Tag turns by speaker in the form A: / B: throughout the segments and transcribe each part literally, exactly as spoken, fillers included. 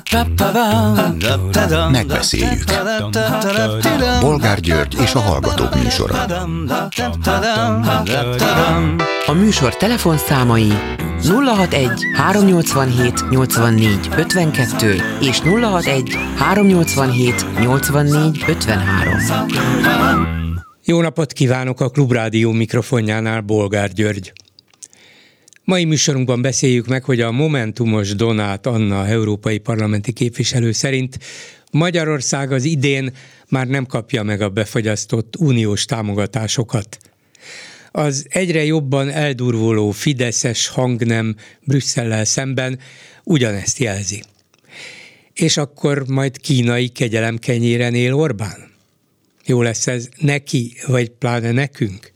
A: Megbeszéljük. Bolgár György és a Hallgatók műsora.
B: A műsor telefonszámai nulla hatvanegy háromnyolcvanhét nyolcvannégy ötvenkettő és nulla hatvanegy háromnyolcvanhét nyolcvannégy ötvenhárom.
C: Jó napot kívánok, a Klubrádió mikrofonjánál Bolgár György. Mai műsorunkban beszéljük meg, hogy a momentumos Donát Anna európai parlamenti képviselő szerint Magyarország az idén már nem kapja meg a befagyasztott uniós támogatásokat. Az egyre jobban eldurvuló fideszes hangnem Brüsszellel szemben ugyanezt jelzi. És akkor majd kínai kegyelemkenyéren él Orbán? Jó lesz ez neki, vagy pláne nekünk?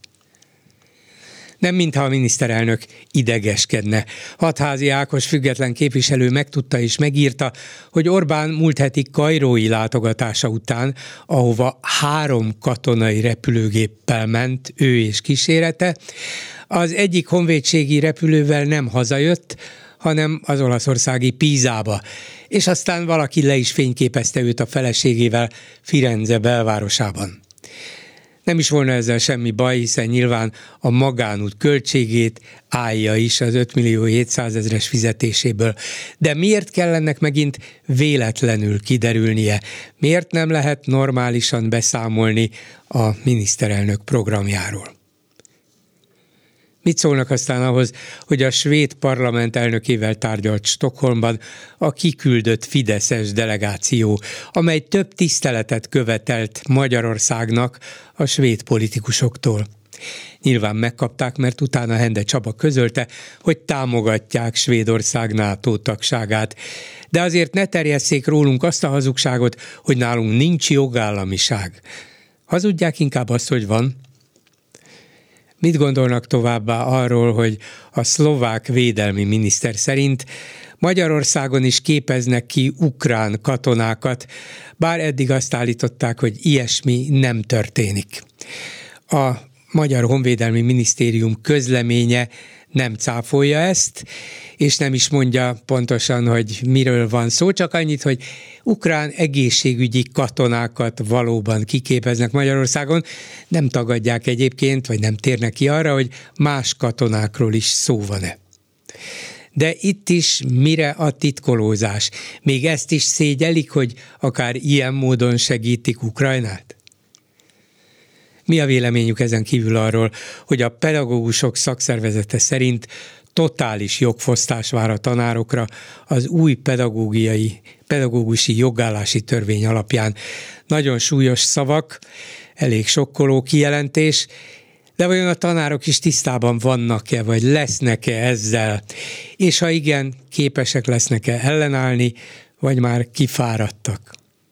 C: Nem mintha a miniszterelnök idegeskedne. Hatházi Ákos független képviselő megtudta és megírta, hogy Orbán múlt heti kairói látogatása után, ahova három katonai repülőgéppel ment, ő és kísérete, az egyik honvédségi repülővel nem hazajött, hanem az olaszországi Pisába, és aztán valaki le is fényképezte őt a feleségével Firenze belvárosában. Nem is volna ezzel semmi baj, hiszen nyilván a magánút költségét állja is az ötmillió-hétszázezres fizetéséből. De miért kell ennek megint véletlenül kiderülnie? Miért nem lehet normálisan beszámolni a miniszterelnök programjáról? Mit szólnak aztán ahhoz, hogy a svéd parlament elnökével tárgyalt Stockholmban a kiküldött fideszes delegáció, amely több tiszteletet követelt Magyarországnak a svéd politikusoktól. Nyilván megkapták, mert utána Hende Csaba közölte, hogy támogatják Svédország NATO tagságát. De azért ne terjesszék rólunk azt a hazugságot, hogy nálunk nincs jogállamiság. Hazudják inkább azt, hogy van. Mit gondolnak továbbá arról, hogy a szlovák védelmi miniszter szerint Magyarországon is képeznek ki ukrán katonákat, bár eddig azt állították, hogy ilyesmi nem történik. A Magyar Honvédelmi Minisztérium közleménye nem cáfolja ezt, és nem is mondja pontosan, hogy miről van szó, csak annyit, hogy ukrán egészségügyi katonákat valóban kiképeznek Magyarországon. Nem tagadják egyébként, vagy nem térnek ki arra, hogy más katonákról is szó van-e. De itt is mire a titkolózás? Még ezt is szégyelik, hogy akár ilyen módon segítik Ukrajnát? Mi a véleményük ezen kívül arról, hogy a pedagógusok szakszervezete szerint totális jogfosztás vár a tanárokra az új pedagógiai, pedagógusi jogállási törvény alapján? Nagyon súlyos szavak, elég sokkoló kijelentés, de vajon a tanárok is tisztában vannak-e, vagy lesznek-e ezzel? És ha igen, képesek lesznek-e ellenállni, vagy már kifáradtak?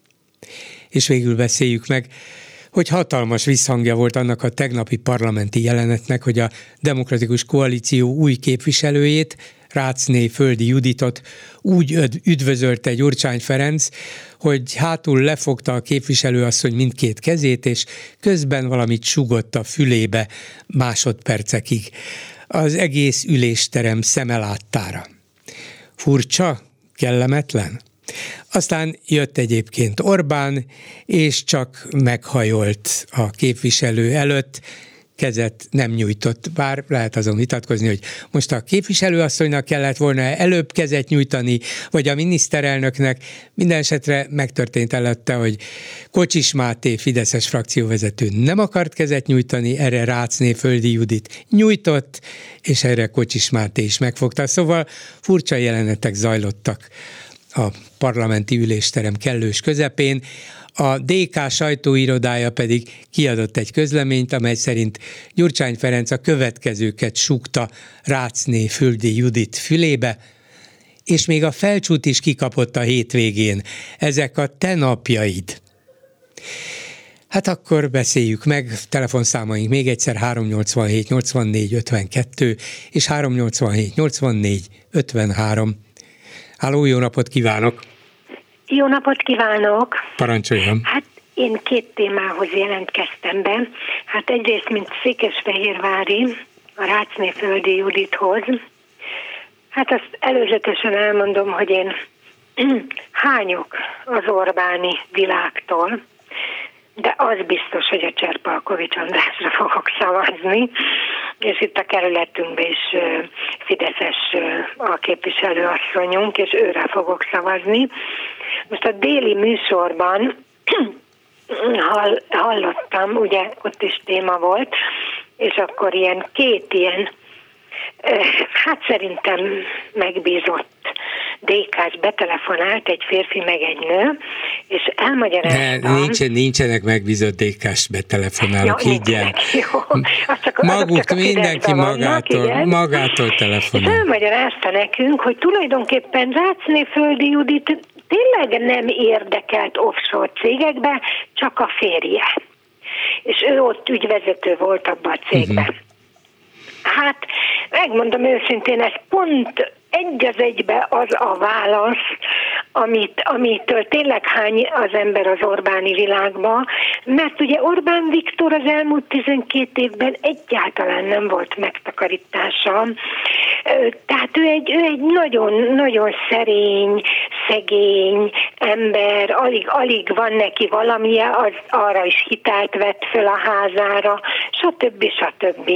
C: És végül beszéljük meg, hogy hatalmas visszhangja volt annak a tegnapi parlamenti jelenetnek, hogy a Demokratikus Koalíció új képviselőjét, Ráczné Földi Juditot úgy üdvözölte Gyurcsány Ferenc, hogy hátul lefogta a képviselőasszony mindkét kezét, és közben valamit sugott a fülébe másodpercekig. Az egész ülésterem szeme láttára. Furcsa? Kellemetlen? Aztán jött egyébként Orbán, és csak meghajolt a képviselő előtt, kezet nem nyújtott, bár lehet azon vitatkozni, hogy most a képviselőasszonynak kellett volna előbb kezet nyújtani, vagy a miniszterelnöknek. Minden esetre megtörtént előtte, hogy Kocsis Máté fideszes frakcióvezető nem akart kezet nyújtani, erre Ráczné Földi Judit nyújtott, és erre Kocsis Máté is megfogta. Szóval furcsa jelenetek zajlottak a parlamenti ülésterem kellős közepén. A dé ká sajtóirodája pedig kiadott egy közleményt, amely szerint Gyurcsány Ferenc a következőket súgta Ráczné Földi Judit fülébe, és még a felcsút is kikapott a hétvégén. Ezek a te napjaid. Hát akkor beszéljük meg, telefonszámaink még egyszer háromnyolcvanhét nyolcvannégy ötvenkettő és háromnyolcvanhét nyolcvannégy ötvenhárom. Háló, jó napot kívánok!
D: Jó napot kívánok!
C: Parancsoljon!
D: Hát én két témához jelentkeztem be. Hát egyrészt, mint székesfehérvári, a Ráczné Földi Judithoz. Hát azt előzetesen elmondom, hogy én hányok az Orbáni világtól, de az biztos, hogy a Cserpalkovics Andrásra fogok szavazni, és itt a kerületünkben is fideszes a képviselőasszonyunk, és őre fogok szavazni. Most a déli műsorban hall, hallottam, ugye ott is téma volt, és akkor ilyen két ilyen, hát szerintem megbízott dé ká-s betelefonált, egy férfi meg egy nő, és elmagyaráztam.
C: De nincsen, nincsenek megbízott dé ká-s betelefonálók, ja, higgyel. Maguk, mindenki magától, vannak, magától telefonál.
D: És elmagyarázta nekünk, hogy tulajdonképpen Ráczné-Földi Judit tényleg nem érdekelt offshore cégekbe, csak a férje. És ő ott ügyvezető volt abban a cégben. Uh-huh. Hát, megmondom őszintén, ez pont egy az egybe az a válasz, amit, amitől tényleg hány az ember az Orbáni világba, mert ugye Orbán Viktor az elmúlt tizenkét évben egyáltalán nem volt megtakarítása, tehát ő egy, ő egy nagyon, nagyon szerény, szegény ember, alig, alig van neki valamije, az arra is hitelt vett föl a házára, stb. stb.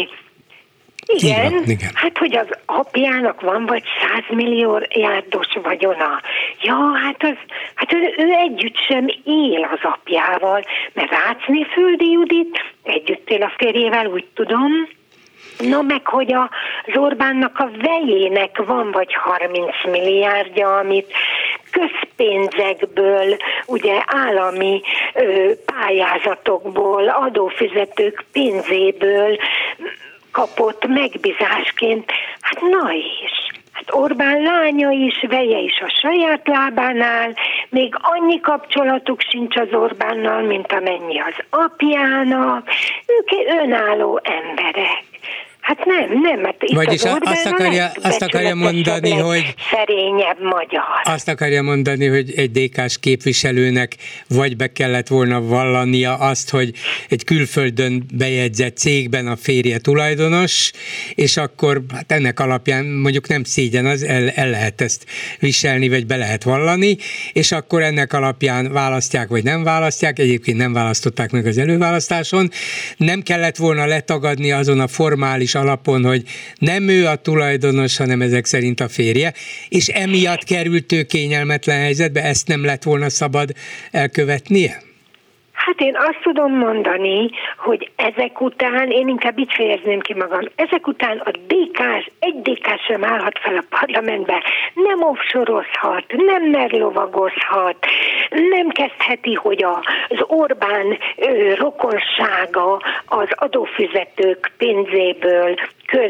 D: Igen, igen, igen, hát hogy az apjának van vagy százmilliárdos vagyona. Ja, hát, az, hát ő, ő együtt sem él az apjával, mert Ráczné-Földi Judit együtt él a férjével, úgy tudom. No, meg hogy az Orbánnak a vejének van vagy harminc milliárdja, amit közpénzekből, ugye állami ö, pályázatokból, adófizetők pénzéből kapott megbízásként. Hát na is. Hát Orbán lánya is, veje is a saját lábánál, még annyi kapcsolatuk sincs az Orbánnal, mint amennyi az apjának. Ők önálló emberek. Hát nem, nem, mert itt
C: vagyis
D: az Orbán
C: azt akarja, azt akarja mondani, hogy
D: szerényebb magyar.
C: Azt akarja mondani, hogy egy dé ká-s képviselőnek vagy be kellett volna vallania azt, hogy egy külföldön bejegyzett cégben a férje tulajdonos, és akkor hát ennek alapján mondjuk nem szégyen az, el, el lehet ezt viselni, vagy be lehet vallani, és akkor ennek alapján választják, vagy nem választják, egyébként nem választották meg az előválasztáson, nem kellett volna letagadni azon a formális alapon, hogy nem ő a tulajdonos, hanem ezek szerint a férje, és emiatt került ő kényelmetlen helyzetbe, ezt nem lett volna szabad elkövetnie?
D: Hát én azt tudom mondani, hogy ezek után, én inkább így fejezném ki magam, ezek után a dé ká-s, egy dé ká sem állhat fel a parlamentbe, nem offshore-ozhat, nem merlovagozhat, nem kezdheti, hogy az Orbán ö, rokonsága az adófizetők pénzéből, köz,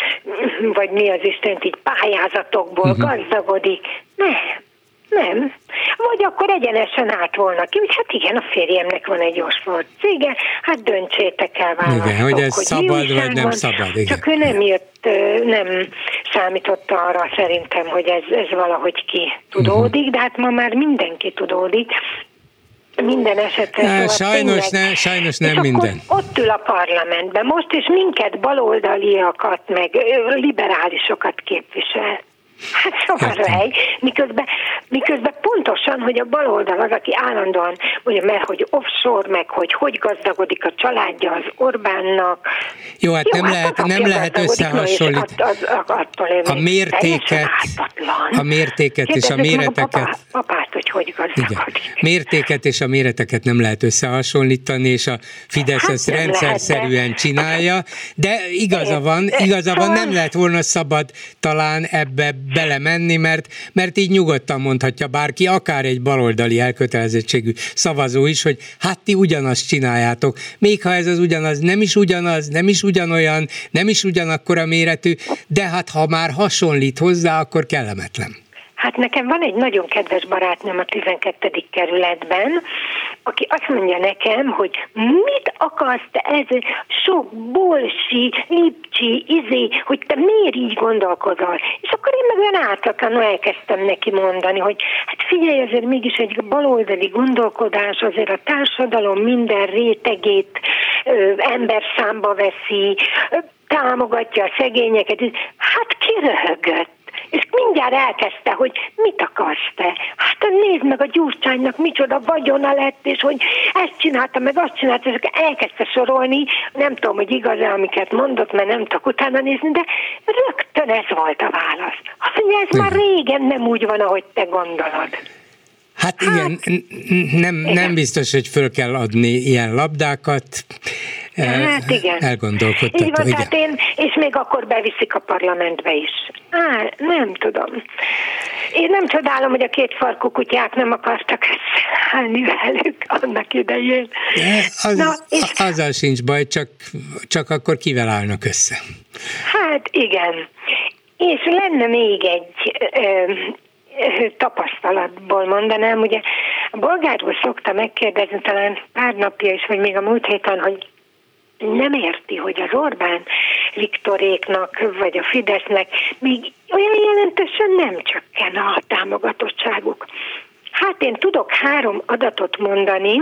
D: vagy mi az Isten, így pályázatokból uh-huh. gazdagodik. Nem. Nem. Vagy akkor egyenesen állt volna ki, hogy hát igen, a férjemnek van egy offshore cége, hát döntsétek el választok,
C: igen, hogy ez hogy szabad, vagy nem szabad. Igen.
D: Csak ő nem jött, nem számította arra szerintem, hogy ez, ez valahogy ki tudódik, uh-huh. de hát ma már mindenki tudódik. Minden esetre.
C: Ne, sajnos, ne, sajnos nem
D: és
C: minden.
D: Ott ül a parlamentben most, és minket baloldaliakat, meg liberálisokat képvisel. Hát szóval hely, miközben, miközben pontosan, hogy a baloldal az, aki állandóan mondja, mert hogy offshore, meg hogy hogy gazdagodik a családja az Orbánnak.
C: Jó, hát Jó, nem, hát lehet, nem lehet összehasonlítani a mértéket, a mértéket és a méreteket.
D: Apát, apát, hogy hogy gazdagodik. Igen.
C: Mértéket és a méreteket nem lehet összehasonlítani, és a Fidesz hát ezt rendszerszerűen csinálja, de igaza van, igaza van, nem lehet volna szabad talán ebbe belemenni, mert, mert így nyugodtan mondhatja bárki, akár egy baloldali elkötelezettségű szavazó is, hogy hát ti ugyanazt csináljátok. Még ha ez az ugyanaz nem is ugyanaz, nem is ugyanolyan, nem is ugyanakkora méretű, de hát ha már hasonlít hozzá, akkor kellemetlen.
D: Hát nekem van egy nagyon kedves barátnőm a tizenkettedik kerületben, aki azt mondja nekem, hogy mit akarsz te ez sok bolsi, lipcsi, izé, hogy te miért így gondolkozol? És akkor én meg olyan ártatlanul elkezdtem neki mondani, hogy hát figyelj, azért mégis egy baloldali gondolkodás azért a társadalom minden rétegét ö, ember számba veszi, ö, támogatja a szegényeket. Hát kiröhögött. És mindjárt elkezdte, hogy mit akarsz te? Hát nézd meg, a Gyurcsánynak micsoda vagyona lett, és hogy ezt csinálta, meg azt csinálta, és elkezdte sorolni, nem tudom, hogy igaz-e, amiket mondott, mert nem tudok utána nézni, de rögtön ez volt a válasz. Azt mondja, ez már régen nem úgy van, ahogy te gondolod.
C: Hát igen, hát, nem, nem biztos, hogy föl kell adni ilyen labdákat.
D: Hát igen.
C: Elgondolkodtató.
D: Így van, tehát én, és még akkor beviszik a parlamentbe is. Á, nem tudom. Én nem csodálom, hogy a kétfarkú kutyák nem akartak összeállni velük annak idején.
C: Az,
D: Na, és...
C: Azzal sincs baj, csak, csak akkor kivel állnak össze.
D: Hát igen. És lenne még egy... Ö, tapasztalatból mondanám, ugye a bolgárról szokta megkérdezni talán pár napja is, vagy még a múlt héten, hogy nem érti, hogy az Orbán Viktoréknak, vagy a Fidesznek még olyan jelentősen nem csökken a támogatottságuk. Hát én tudok három adatot mondani,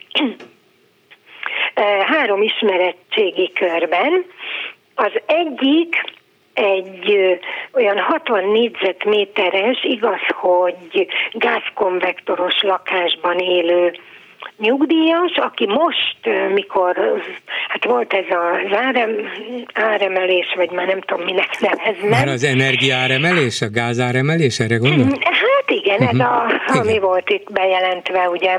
D: három ismerettségi körben. Az egyik egy ö, olyan hatvan négyzetméteres, igaz, hogy gázkonvektoros lakásban élő nyugdíjas, aki most, ö, mikor, hát volt ez az árem, áremelés, vagy már nem tudom, minek neveznem.
C: Már az energiaáremelés, a gázáremelés, erre gondol?
D: Hát igen, uh-huh. ez a, ami igen. volt itt bejelentve, ugye,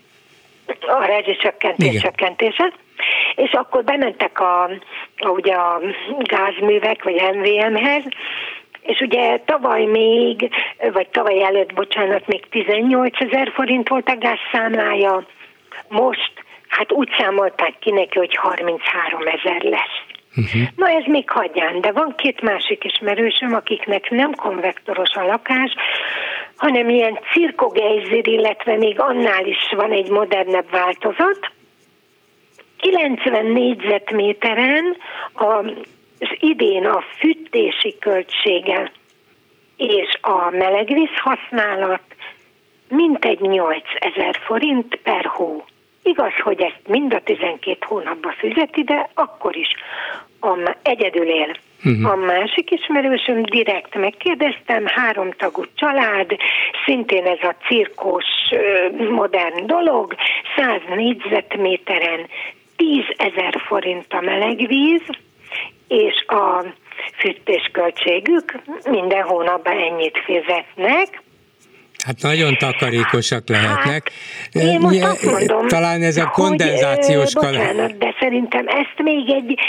D: a rezsicsökkentés csökkentése. És akkor bementek a, a, ugye a gázművek, vagy em vé em-hez, és ugye tavaly még, vagy tavaly előtt, bocsánat, még tizennyolcezer forint volt a gázszámlája, most hát úgy számolták ki neki, hogy harmincháromezer lesz. Uh-huh. Na ez még hagyján, de van két másik ismerősöm, akiknek nem konvektoros a lakás, hanem ilyen cirkogejzir, illetve még annál is van egy modernebb változat. kilencven négyzetméteren az idén a fűtési költsége és a melegvíz használat mintegy nyolcezer forint per hó. Igaz, hogy ezt mind a tizenkét hónapban fizeti, de akkor is a, egyedül él. Uh-huh. A másik ismerősöm, direkt megkérdeztem, háromtagú család, szintén ez a cirkós modern dolog, száz négyzetméteren tízezer forint a melegvíz, és a fűtésköltségük minden hónapban ennyit fizetnek.
C: Hát nagyon takarékosak lehetnek.
D: Hát, én most azt mondom,
C: talán ez a kondenzációs
D: hogy, bocsánat, de szerintem ezt még egy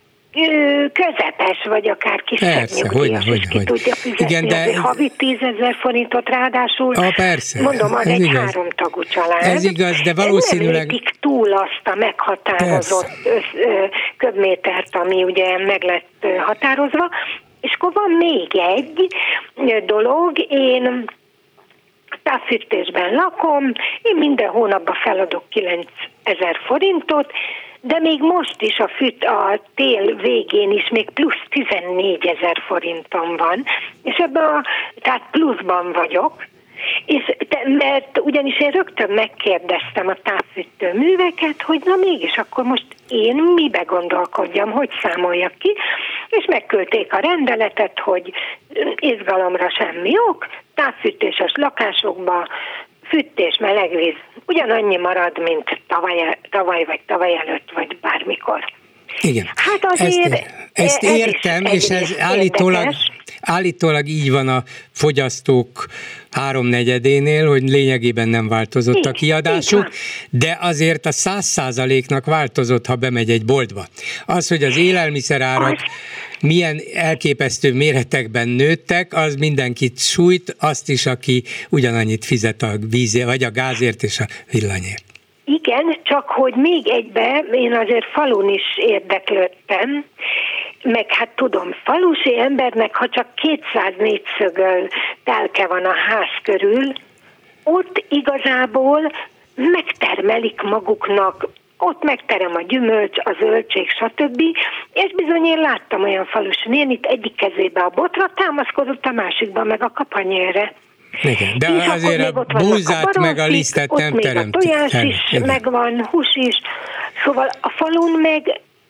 D: közepes, vagy akár kisebb nyugdíjas is ki tudja fizetni. Igen, de... havi tízezer forintot ráadásul.
C: Ah, persze.
D: Mondom, az egy igaz. háromtagú család.
C: Ez igaz, de valószínűleg...
D: Nem túl azt a meghatározott össz, köbmétert, ami ugye meg lett határozva. És akkor van még egy dolog, én távfűtésben lakom, én minden hónapban feladok kilencezer forintot, de még most is a, füt, a tél végén is még plusz tizennégyezer forintom van, és ebben a, tehát pluszban vagyok, és te, mert ugyanis én rögtön megkérdeztem a távfűtő műveket, hogy na mégis akkor most én mibe gondolkodjam, hogy számoljak ki, és megküldték a rendeletet, hogy izgalomra semmi ok, távfűtéses lakásokban fűtés, melegvíz ugyanannyi marad, mint tavaly, tavaly vagy tavaly előtt, vagy bármikor.
C: Igen.
D: Hát azért ezt,
C: ezt
D: ez
C: értem, és ez állítólag, állítólag így van a fogyasztók háromnegyedénél, hogy lényegében nem változott a kiadásuk, de azért a száz százaléknak változott, ha bemegy egy boltba. Az, hogy az élelmiszerárak milyen elképesztő méretekben nőttek, az mindenkit sújt, azt is, aki ugyanannyit fizet a vízért, vagy a gázért és a villanyért.
D: Igen, csak hogy még egybe, én azért falun is érdeklődtem, meg hát tudom, falusi embernek, ha csak kétszáz négyszögöl telke van a ház körül, ott igazából megtermelik maguknak, ott megterem a gyümölcs, a zöldség, stb. És bizony én láttam olyan falusi nénit, egyik kezébe a botra támaszkodott, a másikban meg a kapanyőre.
C: Igen, de és azért a búzát a meg a lisztet nem teremtik.
D: Ott még a tojás is, igen. Megvan, hús is. Szóval a falun meg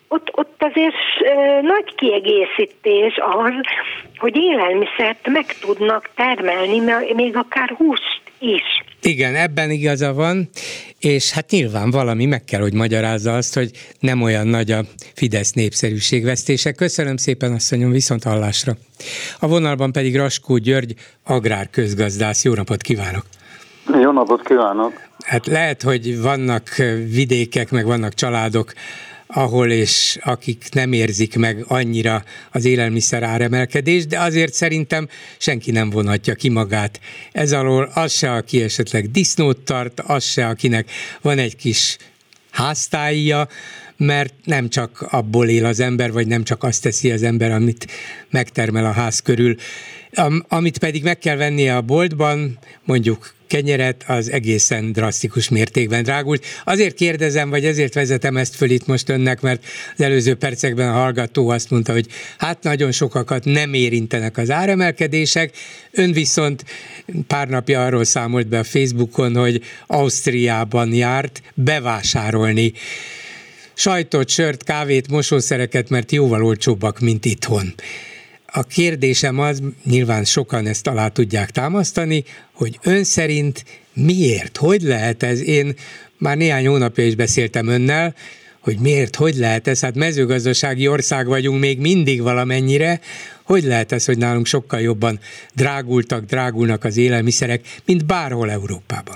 D: ott, ott azért e, nagy kiegészítés az, hogy élelmiszert meg tudnak termelni, még akár húst is.
C: Igen, ebben igaza van, és hát nyilván valami meg kell, hogy magyarázza azt, hogy nem olyan nagy a Fidesz népszerűségvesztése. Köszönöm szépen, asszonyom, viszont hallásra. A vonalban pedig Raskó György, agrárközgazdász. Jó napot kívánok!
E: Jó napot kívánok!
C: Hát lehet, hogy vannak vidékek, meg vannak családok, ahol és akik nem érzik meg annyira az élelmiszer áremelkedést, de azért szerintem senki nem vonhatja ki magát ez alól, az se, aki esetleg disznót tart, az se, akinek van egy kis háztáija, mert nem csak abból él az ember, vagy nem csak azt teszi az ember, amit megtermel a ház körül. Am, amit pedig meg kell vennie a boltban, mondjuk kenyeret, az egészen drasztikus mértékben drágult. Azért kérdezem, vagy ezért vezetem ezt föl itt most önnek, mert az előző percekben a hallgató azt mondta, hogy hát nagyon sokakat nem érintenek az áremelkedések. Ön viszont pár napja arról számolt be a Facebookon, hogy Ausztriában járt bevásárolni sajtot, sört, kávét, mosószereket, mert jóval olcsóbbak, mint itthon. A kérdésem az, nyilván sokan ezt alá tudják támasztani, hogy ön szerint miért, hogy lehet ez? Én már néhány hónapja is beszéltem önnel, hogy miért, hogy lehet ez? Hát mezőgazdasági ország vagyunk még mindig valamennyire. Hogy lehet ez, hogy nálunk sokkal jobban drágultak, drágulnak az élelmiszerek, mint bárhol Európában?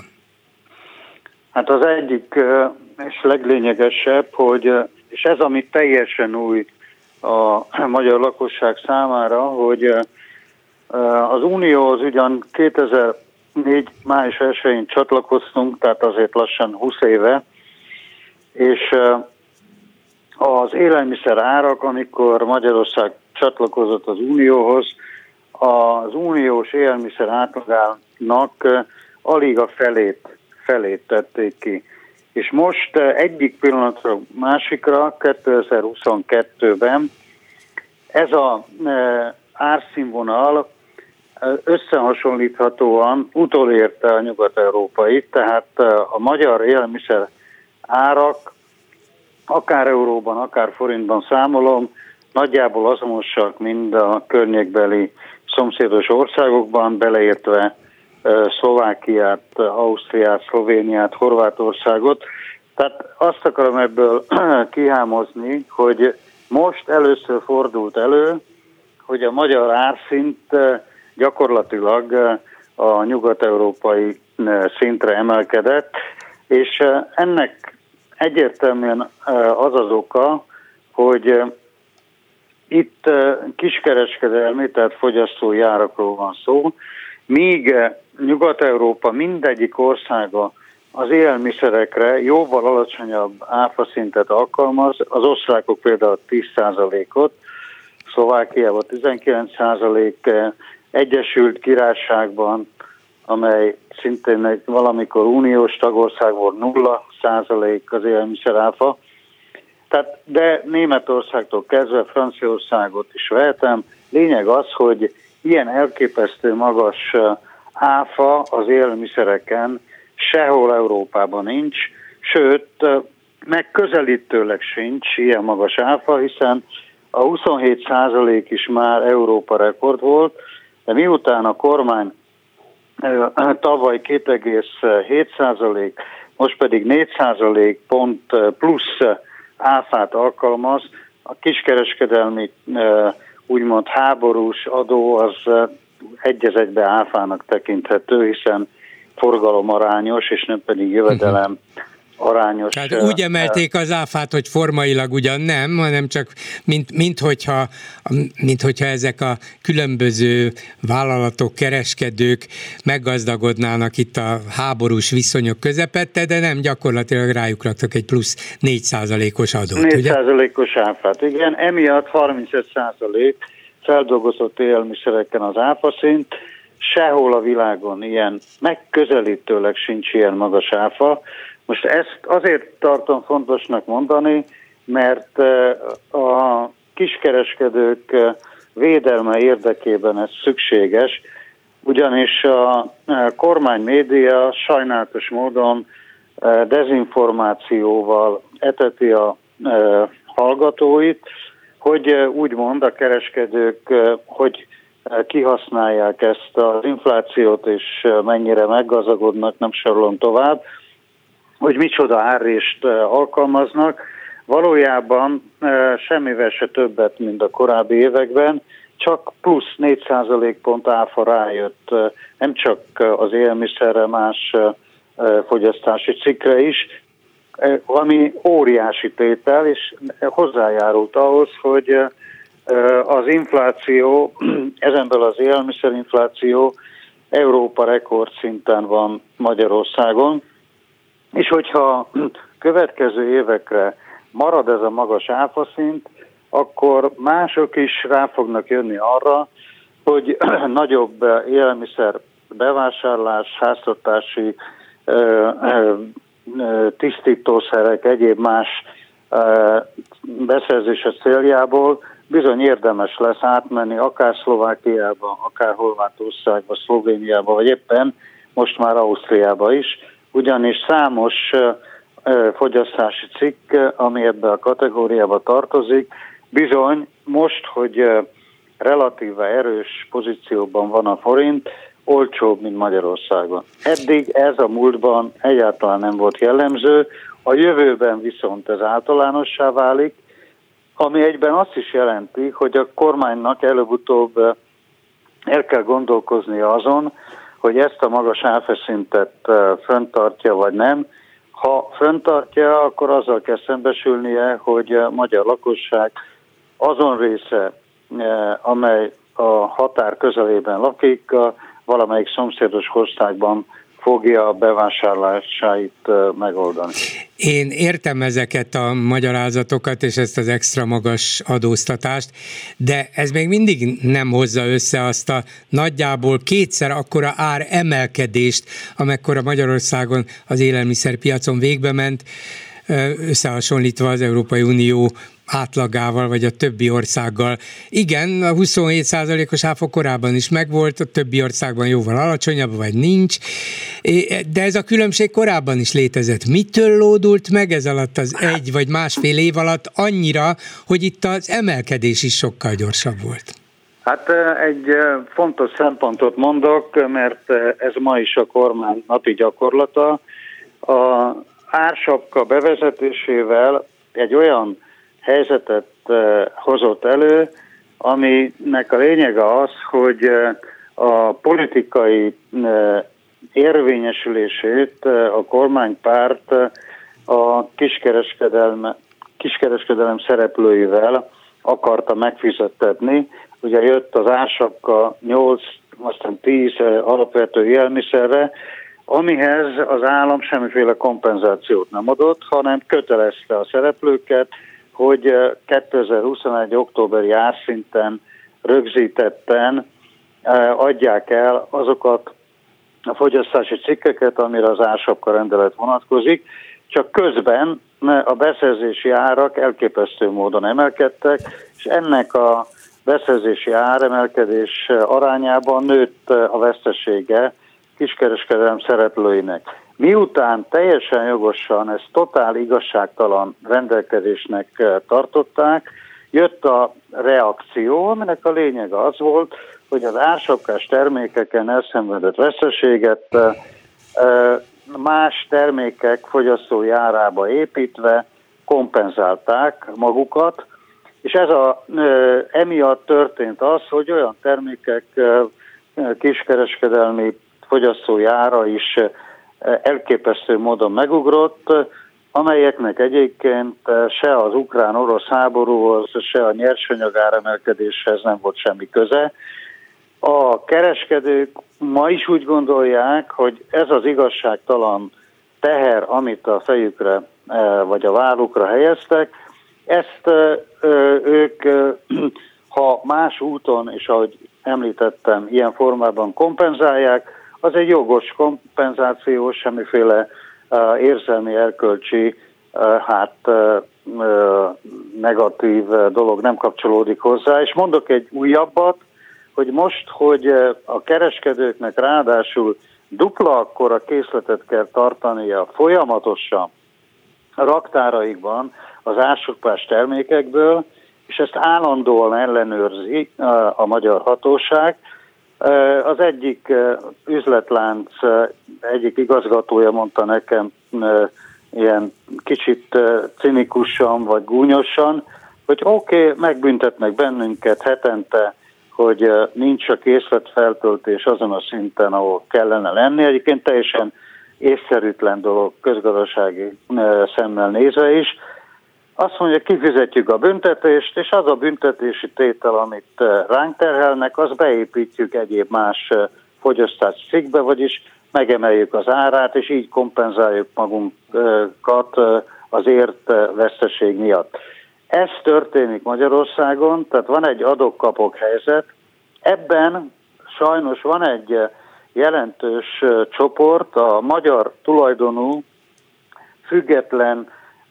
E: Hát az egyik és leglényegesebb, hogy, és ez ami teljesen új a magyar lakosság számára, hogy az Unióhoz ugyan kétezer-négy május elsején csatlakoztunk, tehát azért lassan húsz éve, és az élelmiszer árak, amikor Magyarország csatlakozott az Unióhoz, az uniós élelmiszer átlagának alig a felét, felét tették ki. És most egyik pillanatra másikra, kétezer-huszonkettőben ez a árszínvonal összehasonlíthatóan utolérte a nyugat-európait, tehát a magyar élelmiszer árak akár euróban, akár forintban számolom, nagyjából azonosak mind a környékbeli szomszédos országokban, beleértve Szlovákiát, Ausztriát, Szlovéniát, Horvátországot. Tehát azt akarom ebből kihámozni, hogy most először fordult elő, hogy a magyar árszint gyakorlatilag a nyugat-európai szintre emelkedett, és ennek egyértelműen az az oka, hogy itt kiskereskedelmi, tehát fogyasztói árakról van szó, míg Nyugat-Európa mindegyik országa az élelmiszerekre jóval alacsonyabb áfaszintet alkalmaz, az osztrákok például tíz százalékot, Szlovákiában tizenkilenc százalék, Egyesült Királyságban, amely szintén valamikor uniós tagország volt, nulla százalék az élelmiszer áfa. Tehát, de Németországtól kezdve Franciaországot is vehetem. Lényeg az, hogy ilyen elképesztő magas áfa az élelmiszereken sehol Európában nincs, sőt, megközelítőleg sincs ilyen magas áfa, hiszen a huszonhét százalék is már Európa rekord volt, de miután a kormány tavaly két egész hét százalék, most pedig négy százalék pont plusz áfát alkalmaz, a kiskereskedelmi úgymond háborús adó az egy az egybe áfának tekinthető, hiszen forgalomarányos, és nem pedig jövedelem arányos.
C: Tehát úgy emelték az áfát, hogy formailag ugyan nem, hanem csak mint, mint, hogyha, mint hogyha ezek a különböző vállalatok, kereskedők meggazdagodnának itt a háborús viszonyok közepette, de nem, gyakorlatilag rájuk raktak egy plusz négy százalékos adót.
E: négy százalékos áfát, igen. Emiatt harmincöt százalék feldolgozott élelmiszereken az áfaszint, sehol a világon ilyen, megközelítőleg sincs ilyen magas áfa. Most ezt azért tartom fontosnak mondani, mert a kiskereskedők védelme érdekében ez szükséges, ugyanis a kormány média sajnálatos módon dezinformációval eteti a hallgatóit, hogy úgymond a kereskedők, hogy kihasználják ezt az inflációt, és mennyire meggazdagodnak, nem sorolom tovább, hogy micsoda árrést alkalmaznak. Valójában semmivel se többet, mint a korábbi években, csak plusz négy százalékpont áfa rájött nem csak az élelmiszerre, más fogyasztási cikkre is, ami óriási tétel, és hozzájárult ahhoz, hogy az infláció, ezenből az élelmiszerinfláció Európa rekordszinten van Magyarországon, és hogyha következő évekre marad ez a magas áfaszint, akkor mások is rá fognak jönni arra, hogy nagyobb élelmiszer bevásárlás, háztartási tisztítószerek, egyéb más beszerzése céljából bizony érdemes lesz átmenni akár Szlovákiába, akár Horvátországba, Szlovéniába, vagy éppen most már Ausztriába is, ugyanis számos fogyasztási cikk, ami ebbe a kategóriába tartozik, bizony most, hogy relatíve erős pozícióban van a forint, olcsóbb, mint Magyarországon. Eddig ez a múltban egyáltalán nem volt jellemző, a jövőben viszont ez általánossá válik, ami egyben azt is jelenti, hogy a kormánynak előbb-utóbb el kell gondolkoznia azon, hogy ezt a magas áfaszintet fenntartja vagy nem. Ha fenntartja, akkor azzal kell szembesülnie, hogy a magyar lakosság azon része, amely a határ közelében lakik, valamelyik szomszédos országban fogja a bevásárlásait megoldani.
C: Én értem ezeket a magyarázatokat és ezt az extra magas adóztatást, de ez még mindig nem hozza össze azt a nagyjából kétszer akkora ár emelkedést, amekkora Magyarországon az élelmiszerpiacon végbe ment, összehasonlítva az Európai Unió átlagával, vagy a többi országgal. Igen, a huszonhét százalékos áfa korábban is megvolt, a többi országban jóval alacsonyabb, vagy nincs, de ez a különbség korábban is létezett. Mitől lódult meg ez alatt az egy vagy másfél év alatt annyira, hogy itt az emelkedés is sokkal gyorsabb volt?
E: Hát egy fontos szempontot mondok, mert ez ma is a kormány napi gyakorlata. A ársapka bevezetésével egy olyan helyzetet hozott elő, aminek a lényege az, hogy a politikai érvényesülését a kormánypárt a kiskereskedelem, kiskereskedelem szereplőivel akarta megfizettetni. Ugye jött az ársapka nyolc, aztán tíz alapvető élelmiszerre, amihez az állam semmiféle kompenzációt nem adott, hanem kötelezte a szereplőket, hogy kétezer-huszonegy októberi árszinten rögzítetten adják el azokat a fogyasztási cikkeket, amire az ársapka rendelet vonatkozik, csak közben a beszerzési árak elképesztő módon emelkedtek, és ennek a beszerzési áremelkedés arányában nőtt a vesztesége kiskereskedelem szereplőinek. Miután teljesen jogosan ezt totál igazságtalan rendelkezésnek tartották, jött a reakció, aminek a lényege az volt, hogy az ársapkás termékeken elszenvedett veszteséget más termékek fogyasztói árába építve kompenzálták magukat, és ez a, emiatt történt az, hogy olyan termékek kiskereskedelmi fogyasztói ára is elképesztő módon megugrott, amelyeknek egyébként se az ukrán-orosz háborúhoz, se a nyersanyag áremelkedéshez nem volt semmi köze. A kereskedők ma is úgy gondolják, hogy ez az igazságtalan teher, amit a fejükre vagy a vállukra helyeztek, ezt ők, ha más úton, és ahogy említettem, ilyen formában kompenzálják, az egy jogos kompenzáció, semmiféle uh, érzelmi, erkölcsi, uh, hát uh, negatív dolog nem kapcsolódik hozzá. És mondok egy újabbat, hogy most, hogy a kereskedőknek ráadásul dupla akkora készletet kell tartania folyamatosan a raktáraikban, az ásukpás termékekből, és ezt állandóan ellenőrzi a magyar hatóság. Az egyik üzletlánc egyik igazgatója mondta nekem ilyen kicsit cinikusan vagy gúnyosan, hogy oké, okay, megbüntetnek bennünket hetente, hogy nincs a készletfeltöltés azon a szinten, ahol kellene lenni. Egyébként teljesen észszerűtlen dolog közgazdasági szemmel nézve is. Azt mondja, kifizetjük a büntetést, és az a büntetési tétel, amit ránk terhelnek, azt beépítjük egyéb más fogyasztási cikkbe, vagyis megemeljük az árát, és így kompenzáljuk magunkat az ért veszteség miatt. Ez történik Magyarországon, tehát van egy adok-kapok helyzet. Ebben sajnos van egy jelentős csoport, a magyar tulajdonú, független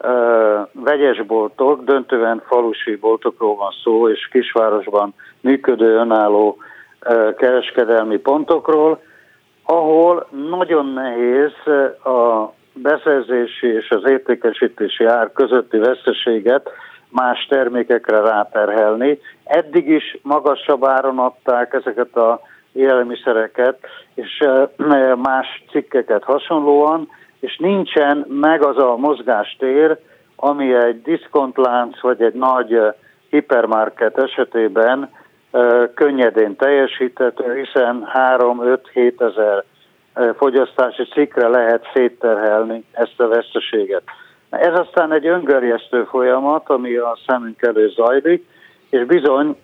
E: vegyesboltok, döntően falusi boltokról van szó, és kisvárosban működő önálló kereskedelmi pontokról, ahol nagyon nehéz a beszerzési és az értékesítési ár közötti veszteséget más termékekre ráterhelni. Eddig is magasabb áron adták ezeket a élelmiszereket, és más cikkeket hasonlóan, és nincsen meg az a mozgástér, ami egy diszkontlánc vagy egy nagy hipermarket esetében könnyedén teljesíthető, hiszen három-öt-hét ezer fogyasztási cikkre lehet szétterhelni ezt a veszteséget. Ez aztán egy öngörjesztő folyamat, ami a szemünk elő zajlik, és bizony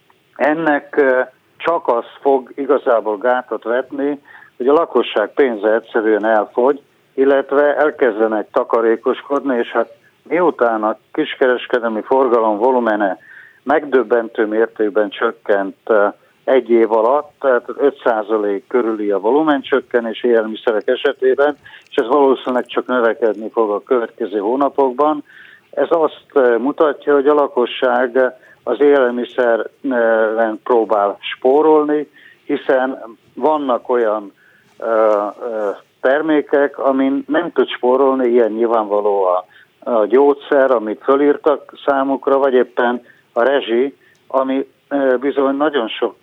E: ennek csak az fog igazából gátat vetni, hogy a lakosság pénze egyszerűen elfogy, illetve elkezdenek takarékoskodni, és hát miután a kiskereskedelmi forgalom volumene megdöbbentő mértékben csökkent egy év alatt, tehát öt százalék körüli a volumencsökkenés élelmiszerek esetében, és ez valószínűleg csak növekedni fog a következő hónapokban. Ez azt mutatja, hogy a lakosság az élelmiszeren próbál spórolni, hiszen vannak olyan termékek, amin nem tud spórolni, ilyen nyilvánvaló a, a gyógyszer, amit fölírtak számukra, vagy éppen a rezsi, ami bizony nagyon sok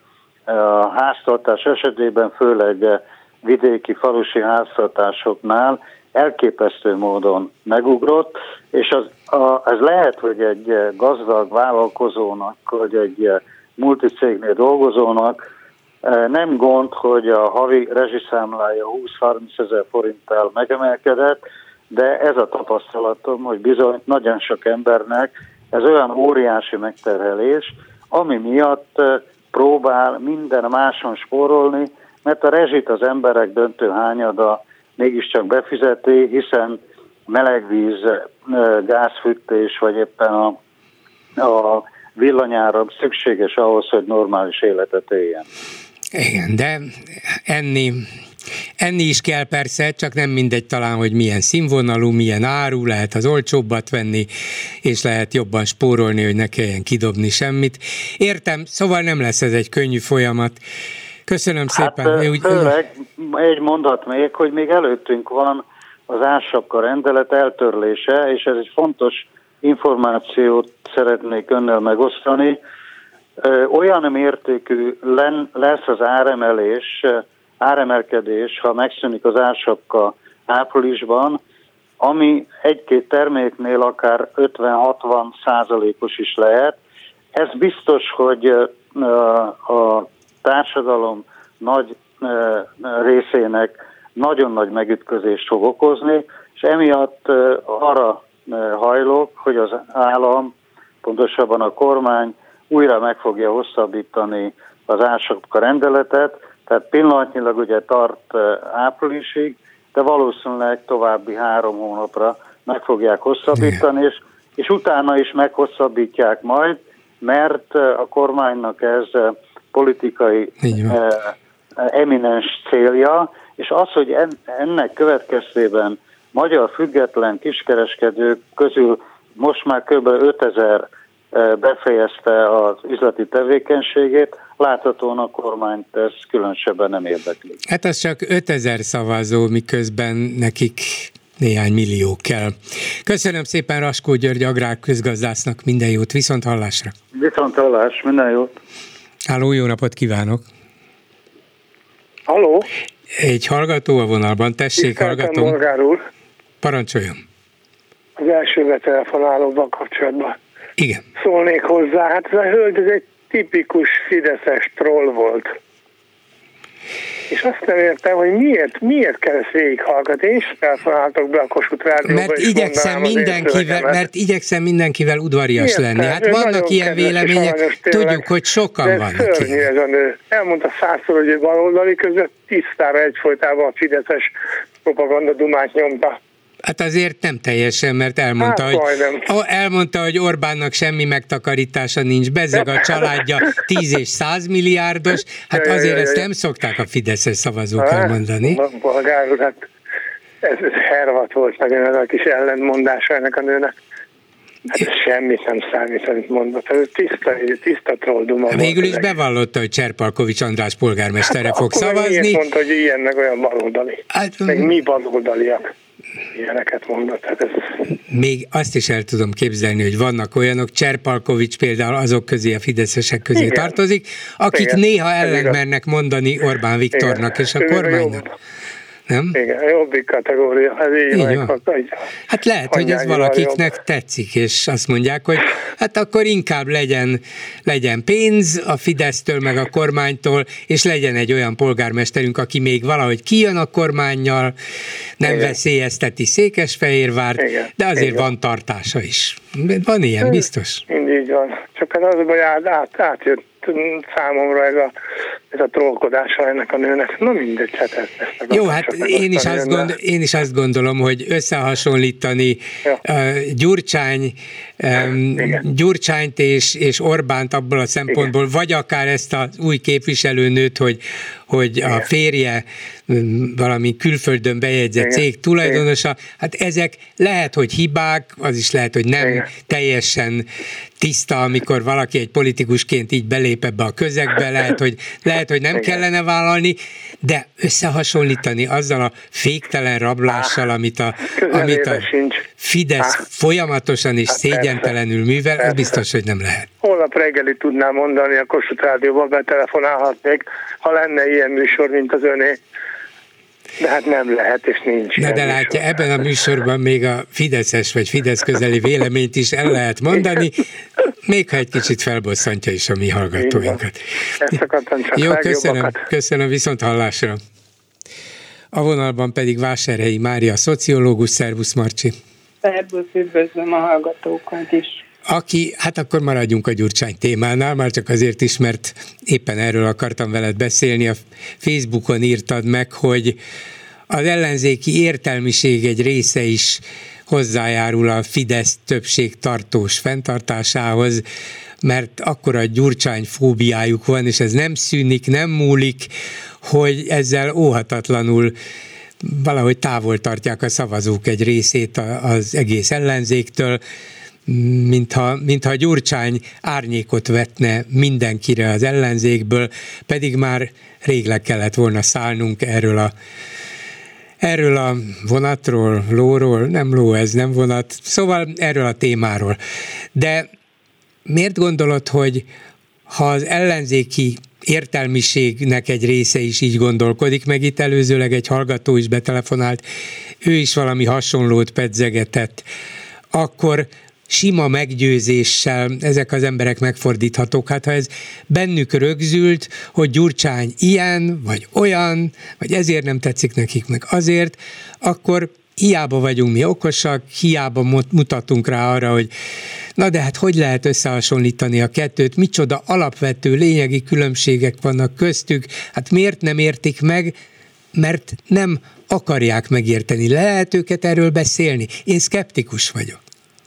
E: háztartás esetében, főleg vidéki, falusi háztartásoknál elképesztő módon megugrott, és az, a, ez lehet, hogy egy gazdag vállalkozónak, vagy egy multicégnél dolgozónak nem gond, hogy a havi rezsiszámlája húsz-harminc ezer forinttal megemelkedett, de ez a tapasztalatom, hogy bizony nagyon sok embernek ez olyan óriási megterhelés, ami miatt próbál minden máson spórolni, mert a rezsit az emberek döntő hányada mégiscsak befizeti, hiszen melegvíz, gázfűtés, vagy éppen a, a villanyáram szükséges ahhoz, hogy normális életet éljen.
C: Igen, de enni, enni is kell persze, csak nem mindegy talán, hogy milyen színvonalú, milyen áru, lehet az olcsóbbat venni, és lehet jobban spórolni, hogy ne kelljen kidobni semmit. Értem, szóval nem lesz ez egy könnyű folyamat. Köszönöm szépen.
E: Hát,
C: úgy,
E: főleg egy mondat még, hogy még előttünk van az ársapka rendelet eltörlése, és ez egy fontos információt szeretnék önnel megosztani. Olyan mértékű lesz az áremelés, áremelkedés, ha megszűnik az ársapka áprilisban, ami egy-két terméknél akár ötven-hatvan százalékos is lehet. Ez biztos, hogy a társadalom nagy részének nagyon nagy megütközést fog okozni, és emiatt arra hajlok, hogy az állam, pontosabban a kormány újra meg fogja hosszabbítani az ársapka rendeletet, tehát pillanatnyilag ugye tart áprilisig, de valószínűleg további három hónapra meg fogják hosszabbítani, és, és utána is meghosszabbítják majd, mert a kormánynak ez politikai eh, eminens célja, és az, hogy ennek következtében magyar független kiskereskedők közül most már kb. ötezer befejezte az üzleti tevékenységét, láthatóan a kormányt ez különösebben nem érdekli.
C: Hát az csak ötezer szavazó, miközben nekik néhány millió kell. Köszönöm szépen Raskó György agrárközgazdásznak, minden jót, viszont hallásra.
E: Viszont hallás, minden jót.
C: Háló, jó napot kívánok.
F: Halló.
C: Egy hallgató a vonalban, tessék, hallgatom.
F: Bolgár úr.
C: Parancsoljon.
F: Az elsővel telefonálóval kapcsolatban.
C: Igen.
F: Szólnék hozzá, hát ez a hölgy, ez egy tipikus fideszes troll volt. És azt nem értem, hogy miért, miért kell ezt végighallgatni. Én is telefonáltok be a Kossuth Rádióba,
C: mert igyekszem mindenkivel, mert igyekszem mindenkivel udvarias
F: Értem,
C: lenni. Hát vannak ilyen vélemények, tudjuk, hogy sokan vannak.
F: Szörnyű ez a nő. Elmondta százszor, hogy ő baloldali, között tisztára egyfolytában a fideszes propaganda dumát nyomta.
C: Hát azért nem teljesen, mert elmondta, hát, hogy, elmondta, hogy Orbánnak semmi megtakarítása nincs, bezzeg a családja tíz és száz milliárdos, hát ja, azért ja, ja, ezt ja. nem szokták a fideszes szavazók hát, elmondani.
F: Bolgár úr, hát ez, ez hervat volt nagyon ez a kis ellentmondása ennek a nőnek. Hát ez semmit nem számít, amit mondott. Ez tiszta, tiszta trollduma.
C: Végül is bevallotta, hogy Cserpalkovics András polgármestere hát, fog szavazni. Miért
F: mondta, hogy ilyen meg olyan baloldali? Hát, meg mi baloldaliak? Ilyeneket mondott. Hát ez...
C: Még azt is el tudom képzelni, hogy vannak olyanok, Cserpalkovics például azok közé, a fideszesek közé igen. tartozik, akik igen. néha ellen mernek mondani Orbán Viktornak igen. és a kormánynak. Nem?
F: Igen, jobbik kategória. Ez így, így van. Van.
C: Hát lehet, hogy ez valakiknek jobb. tetszik, és azt mondják, hogy hát akkor inkább legyen, legyen pénz a Fidesztől, meg a kormánytól, és legyen egy olyan polgármesterünk, aki még valahogy kijön a kormánnyal, nem igen. veszélyezteti Székesfehérvárt, igen. de azért igen. van tartása is. Van ilyen, ez biztos.
F: Így van. Csak az az, hogy át, át, átjött számomra ez a, ez a trollkodása ennek a nőnek. Na mindegy, hát ezt, ezt
C: jó, hát én is, azt gondol, én is azt gondolom, hogy összehasonlítani uh, Gyurcsány, um, Gyurcsányt és, és Orbánt abból a szempontból, igen. vagy akár ezt az új képviselőnőt, hogy, hogy a férje valami külföldön bejegyzett igen. cég tulajdonosa, hát ezek lehet, hogy hibák, az is lehet, hogy nem igen. teljesen tiszta, amikor valaki egy politikusként így belép ebbe a közegbe, lehet, hogy, lehet, hogy nem igen. kellene vállalni, de összehasonlítani azzal a féktelen rablással, amit a, amit a Fidesz Há. folyamatosan és hát szégyentelenül művel, persze. az biztos, hogy nem lehet.
F: Holnap reggeli tudnám mondani, a Kossuth Rádióba betelefonálhatnék, ha lenne ilyen műsor, mint az öné. De hát nem lehet, és nincs.
C: Na de látja, ebben a műsorban még a fideszes vagy Fidesz közeli véleményt is el lehet mondani, még ha egy kicsit felbosszantja is a mi hallgatóinkat.
F: Ezt akartam csak
C: jó, köszönöm, köszönöm, viszont hallásra. A vonalban pedig Vásárhelyi Mária, szociológus. Szervusz, Marcsi.
G: Szervusz, üdvözlöm a hallgatókat is.
C: Aki, hát akkor maradjunk a Gyurcsány témánál, már csak azért is, mert éppen erről akartam veled beszélni. A Facebookon írtad meg, hogy az ellenzéki értelmiség egy része is hozzájárul a Fidesz többség tartós fenntartásához, mert akkora Gyurcsány fóbiájuk van, és ez nem szűnik, nem múlik, hogy ezzel óhatatlanul valahogy távol tartják a szavazók egy részét az egész ellenzéktől, mintha, mintha Gyurcsány árnyékot vetne mindenkire az ellenzékből, pedig már rég le kellett volna szállnunk erről a, erről a vonatról, lóról, nem ló, ez nem vonat, szóval erről a témáról. De miért gondolod, hogy ha az ellenzéki értelmiségnek egy része is így gondolkodik, meg itt előzőleg egy hallgató is betelefonált, ő is valami hasonlót pedzegetett, akkor sima meggyőzéssel ezek az emberek megfordíthatók. Hát ha ez bennük rögzült, hogy Gyurcsány ilyen, vagy olyan, vagy ezért nem tetszik nekik, meg azért, akkor hiába vagyunk mi okosak, hiába mutatunk rá arra, hogy na de hát hogy lehet összehasonlítani a kettőt, micsoda alapvető lényegi különbségek vannak köztük, hát miért nem értik meg, mert nem akarják megérteni. Lehet őket erről beszélni? Én szkeptikus vagyok.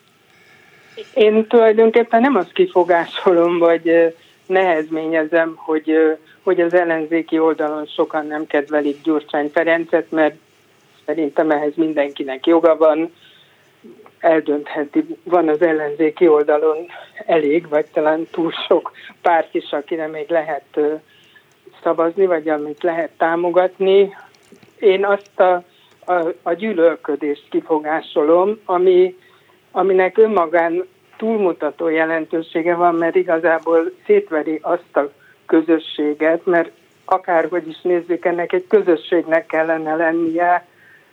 G: Én tulajdonképpen nem azt kifogásolom, vagy nehezményezem, hogy, hogy az ellenzéki oldalon sokan nem kedvelik Gyurcsány Ferencet, mert szerintem ehhez mindenkinek joga van, eldöntheti, van az ellenzéki oldalon elég, vagy talán túl sok párt is, akire még lehet szavazni, vagy amit lehet támogatni. Én azt a a, a gyűlölködést kifogásolom, ami, aminek önmagán túlmutató jelentősége van, mert igazából szétveri azt a közösséget, mert akárhogy is nézzük, ennek egy közösségnek kellene lennie,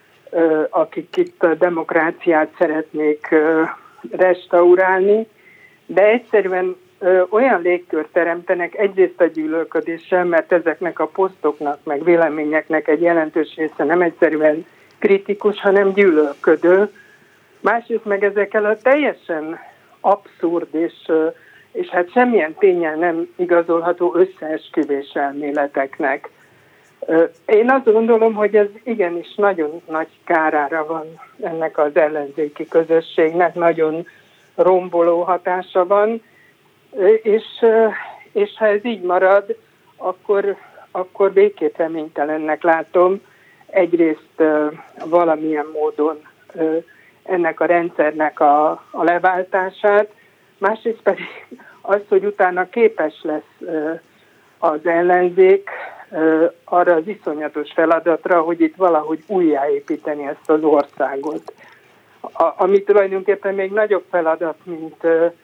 G: akik itt a demokráciát szeretnék restaurálni, de egyszerűen olyan légkört teremtenek egyrészt a gyűlölködéssel, mert ezeknek a posztoknak, meg véleményeknek egy jelentős része nem egyszerűen kritikus, hanem gyűlölködő. Másrészt meg ezekkel a teljesen abszurd és, és hát semmilyen ténnyel nem igazolható összeesküvés elméleteknek. Én azt gondolom, hogy ez igenis nagyon nagy kárára van ennek az ellenzéki közösségnek, nagyon romboló hatása van, és, és ha ez így marad, akkor, akkor békét reménytelennek látom egyrészt valamilyen módon ennek a rendszernek a, a leváltását, másrészt pedig az, hogy utána képes lesz az ellenzék arra az iszonyatos feladatra, hogy itt valahogy újjáépíteni ezt az országot. A, ami tulajdonképpen még nagyobb feladat, mint,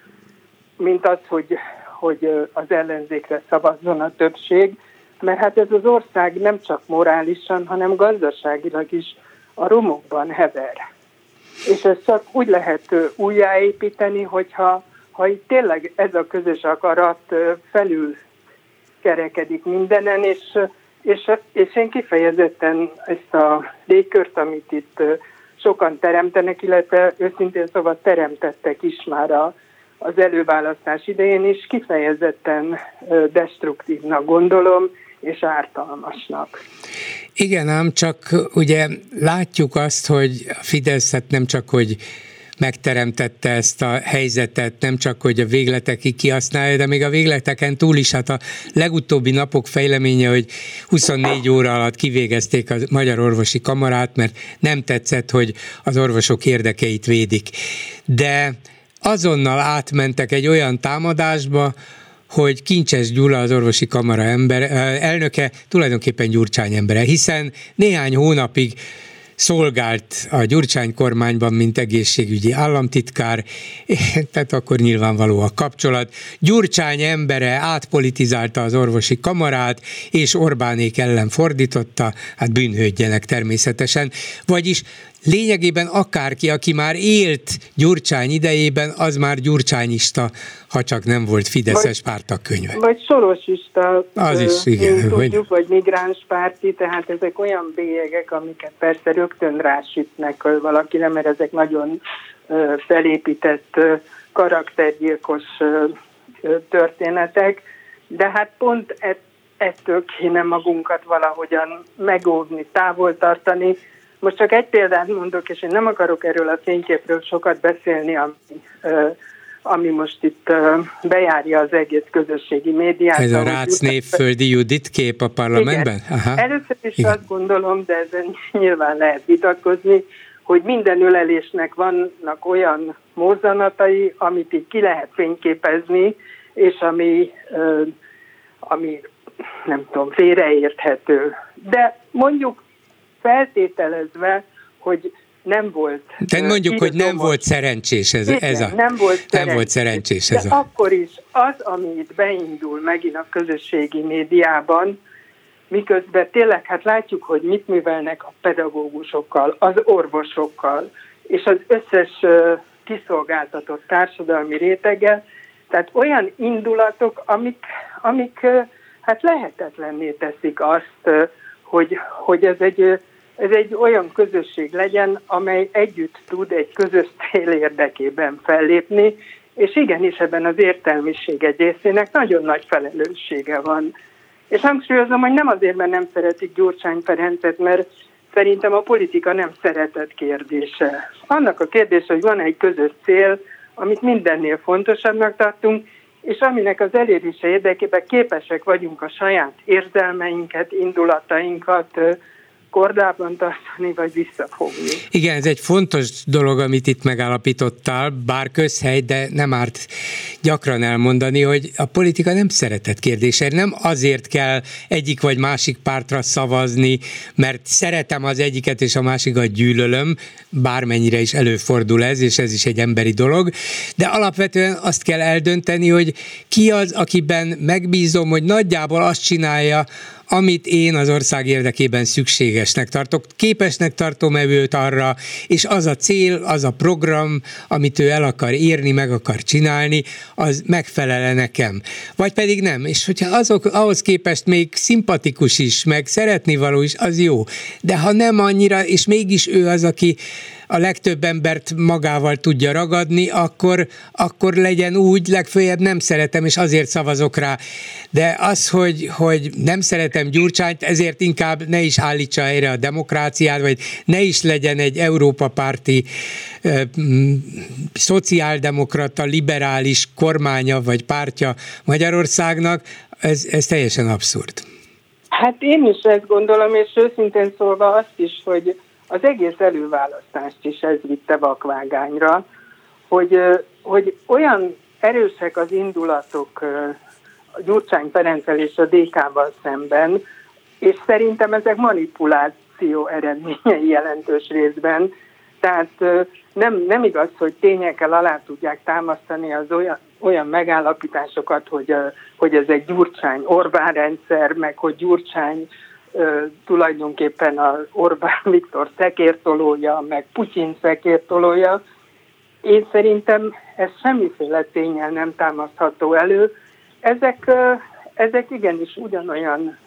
G: mint az, hogy, hogy az ellenzékre szavazzon a többség, mert hát ez az ország nem csak morálisan, hanem gazdaságilag is a romokban hever. És ezt csak úgy lehet újjáépíteni, hogyha ha itt tényleg ez a közös akarat felül kerekedik mindenen, és, és, és én kifejezetten ezt a légkört, amit itt sokan teremtenek, illetve őszintén szóval teremtettek is már a, az előválasztás idején, és kifejezetten destruktívnak gondolom, és ártalmasnak.
C: Igen, ám csak ugye látjuk azt, hogy a Fidesz hát nem csak, hogy megteremtette ezt a helyzetet, nem csak, hogy a végletekig kihasználja, de még a végleteken túl is, hát a legutóbbi napok fejleménye, hogy huszonnégy óra alatt kivégezték a Magyar Orvosi Kamarát, mert nem tetszett, hogy az orvosok érdekeit védik. De azonnal átmentek egy olyan támadásba, hogy Kincses Gyula, az orvosi kamara ember, elnöke tulajdonképpen Gyurcsány embere, hiszen néhány hónapig szolgált a Gyurcsány kormányban, mint egészségügyi államtitkár, tehát akkor nyilvánvaló a kapcsolat. Gyurcsány embere átpolitizálta az orvosi kamarát, és Orbánék ellen fordította, hát bűnhődjenek természetesen. Vagyis lényegében akárki, aki már élt Gyurcsány idejében, az már gyurcsányista, ha csak nem volt fideszes pártagkönyve.
G: Vagy sorosista,
C: az is, igen,
G: tudjuk, vagy migránspárti, tehát ezek olyan bélyegek, amiket persze rögtön rásütnek valakire, mert ezek nagyon felépített, karaktergyilkos történetek, de hát pont ettől kéne magunkat valahogyan megóvni, távol tartani. Most csak egy példát mondok, és én nem akarok erről a fényképről sokat beszélni, ami, ami most itt bejárja az egész közösségi médiát.
C: Ez a Rácz Névföldi Judit kép a parlamentben?
G: Aha. Először is igen. Azt gondolom, de ezen nyilván lehet vitatkozni, hogy minden ölelésnek vannak olyan mozzanatai, amit így ki lehet fényképezni, és ami, ami nem tudom, félreérthető. De mondjuk feltételezve, hogy nem volt...
C: De mondjuk, hogy nem volt szerencsés ez, igen, ez a...
G: Nem volt szerencsés,
C: nem volt szerencsés ez
G: de
C: a...
G: akkor is az, ami itt beindul megint a közösségi médiában, miközben tényleg hát látjuk, hogy mit művelnek a pedagógusokkal, az orvosokkal, és az összes uh, kiszolgáltatott társadalmi réteggel, tehát olyan indulatok, amik, amik uh, hát lehetetlenné teszik azt, uh, hogy, hogy ez egy, ez egy olyan közösség legyen, amely együtt tud egy közös cél érdekében fellépni, és igenis ebben az értelmiség egy részének nagyon nagy felelőssége van. És hangsúlyozom, hogy nem azért, mert nem szeretik Gyurcsány Ferencet, mert szerintem a politika nem szeretet kérdése. Annak a kérdése, hogy van egy közös cél, amit mindennél fontosabbnak tartunk, és aminek az elérése érdekében képesek vagyunk a saját érzelmeinket, indulatainkat kordában tartani, vagy visszafogni.
C: Igen, ez egy fontos dolog, amit itt megállapítottál, bár közhely, de nem árt gyakran elmondani, hogy a politika nem szeretett kérdése. Nem azért kell egyik vagy másik pártra szavazni, mert szeretem az egyiket és a másikat gyűlölöm, bármennyire is előfordul ez, és ez is egy emberi dolog, de alapvetően azt kell eldönteni, hogy ki az, akiben megbízom, hogy nagyjából azt csinálja, amit én az ország érdekében szükségesnek tartok, képesnek tartom-e őt arra, és az a cél, az a program, amit ő el akar érni, meg akar csinálni, az megfelel nekem. Vagy pedig nem, és hogyha azok, ahhoz képest még szimpatikus is, meg szeretnivaló is, az jó. De ha nem annyira, és mégis ő az, aki a legtöbb embert magával tudja ragadni, akkor, akkor legyen úgy, legfőjebb nem szeretem, és azért szavazok rá. De az, hogy, hogy nem szeretem Gyurcsányt, ezért inkább ne is állítsa erre a demokráciát, vagy ne is legyen egy Európa párti ö, m, szociáldemokrata, liberális kormánya, vagy pártja Magyarországnak, ez, ez teljesen abszurd.
G: Hát én is ezt gondolom, és őszintén szólva azt is, hogy az egész előválasztást is ez vitte vakvágányra, hogy, hogy olyan erősek az indulatok a Gyurcsány Ferenccel és a dé ká-val szemben, és szerintem ezek manipuláció eredményei jelentős részben. Tehát nem, nem igaz, hogy tényekkel alá tudják támasztani az olyan, olyan megállapításokat, hogy, hogy ez egy Gyurcsány-Orbán rendszer, meg hogy Gyurcsány tulajdonképpen az Orbán Viktor szekértolója, meg Putyin szekértolója. Én szerintem ez semmiféle ténnyel nem támasztható elő. Ezek, ezek igenis ugyanolyan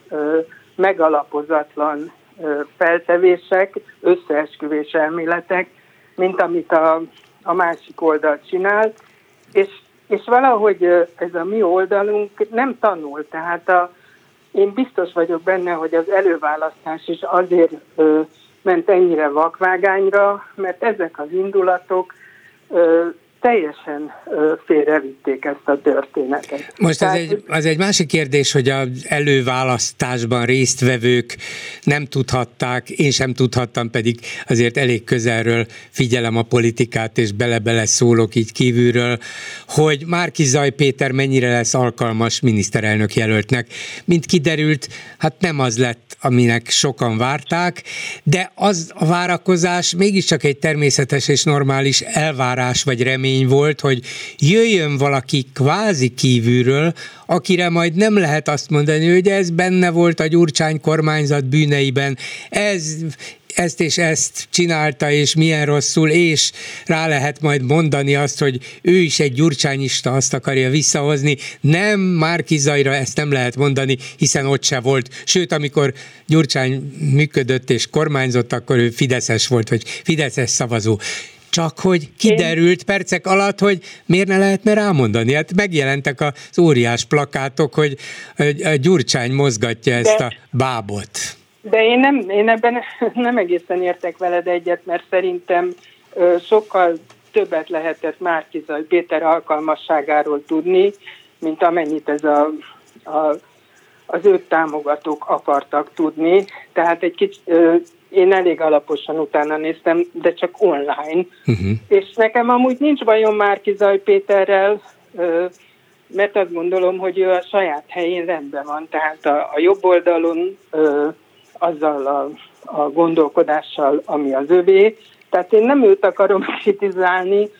G: megalapozatlan feltevések, összeesküvés elméletek, mint amit a, a másik oldal csinál, és, és valahogy ez a mi oldalunk nem tanul, tehát a én biztos vagyok benne, hogy az előválasztás is azért ö, ment ennyire vakvágányra, mert ezek az indulatok ö, teljesen ö, félrevitték ezt a történetet.
C: Most
G: Tehát,
C: az, egy, az egy másik kérdés, hogy az előválasztásban résztvevők nem tudhatták, én sem tudhattam, pedig azért elég közelről figyelem a politikát, és bele-bele szólok így kívülről, hogy Márki-Zay Péter mennyire lesz alkalmas miniszterelnök jelöltnek. Mint kiderült, hát nem az lett, aminek sokan várták, de az a várakozás mégiscsak egy természetes és normális elvárás vagy remény volt, hogy jöjjön valaki kvázi kívülről, akire majd nem lehet azt mondani, hogy ez benne volt a Gyurcsány kormányzat bűneiben, ez ezt és ezt csinálta, és milyen rosszul, és rá lehet majd mondani azt, hogy ő is egy gyurcsányista, azt akarja visszahozni. Nem, Márki-Zayra ezt nem lehet mondani, hiszen ott se volt. Sőt, amikor Gyurcsány működött és kormányzott, akkor ő fideszes volt, vagy fideszes szavazó. Csak hogy kiderült percek alatt, hogy miért ne lehetne rámondani. Hát megjelentek az óriás plakátok, hogy a Gyurcsány mozgatja ezt a bábot.
G: De én, nem, én ebben nem egészen értek veled egyet, mert szerintem ö, sokkal többet lehetett Márki-Zay Péter alkalmasságáról tudni, mint amennyit ez a, a, az őt támogatók akartak tudni. Tehát egy kicsit, ö, én elég alaposan utána néztem, de csak online. Uh-huh. És nekem amúgy nincs bajom Márki-Zay Péterrel, ö, mert azt gondolom, hogy ő a saját helyén rendben van. Tehát a, a jobb oldalon ö, azzal a, a gondolkodással, ami az övé. Tehát én nem őt akarom kritizálni,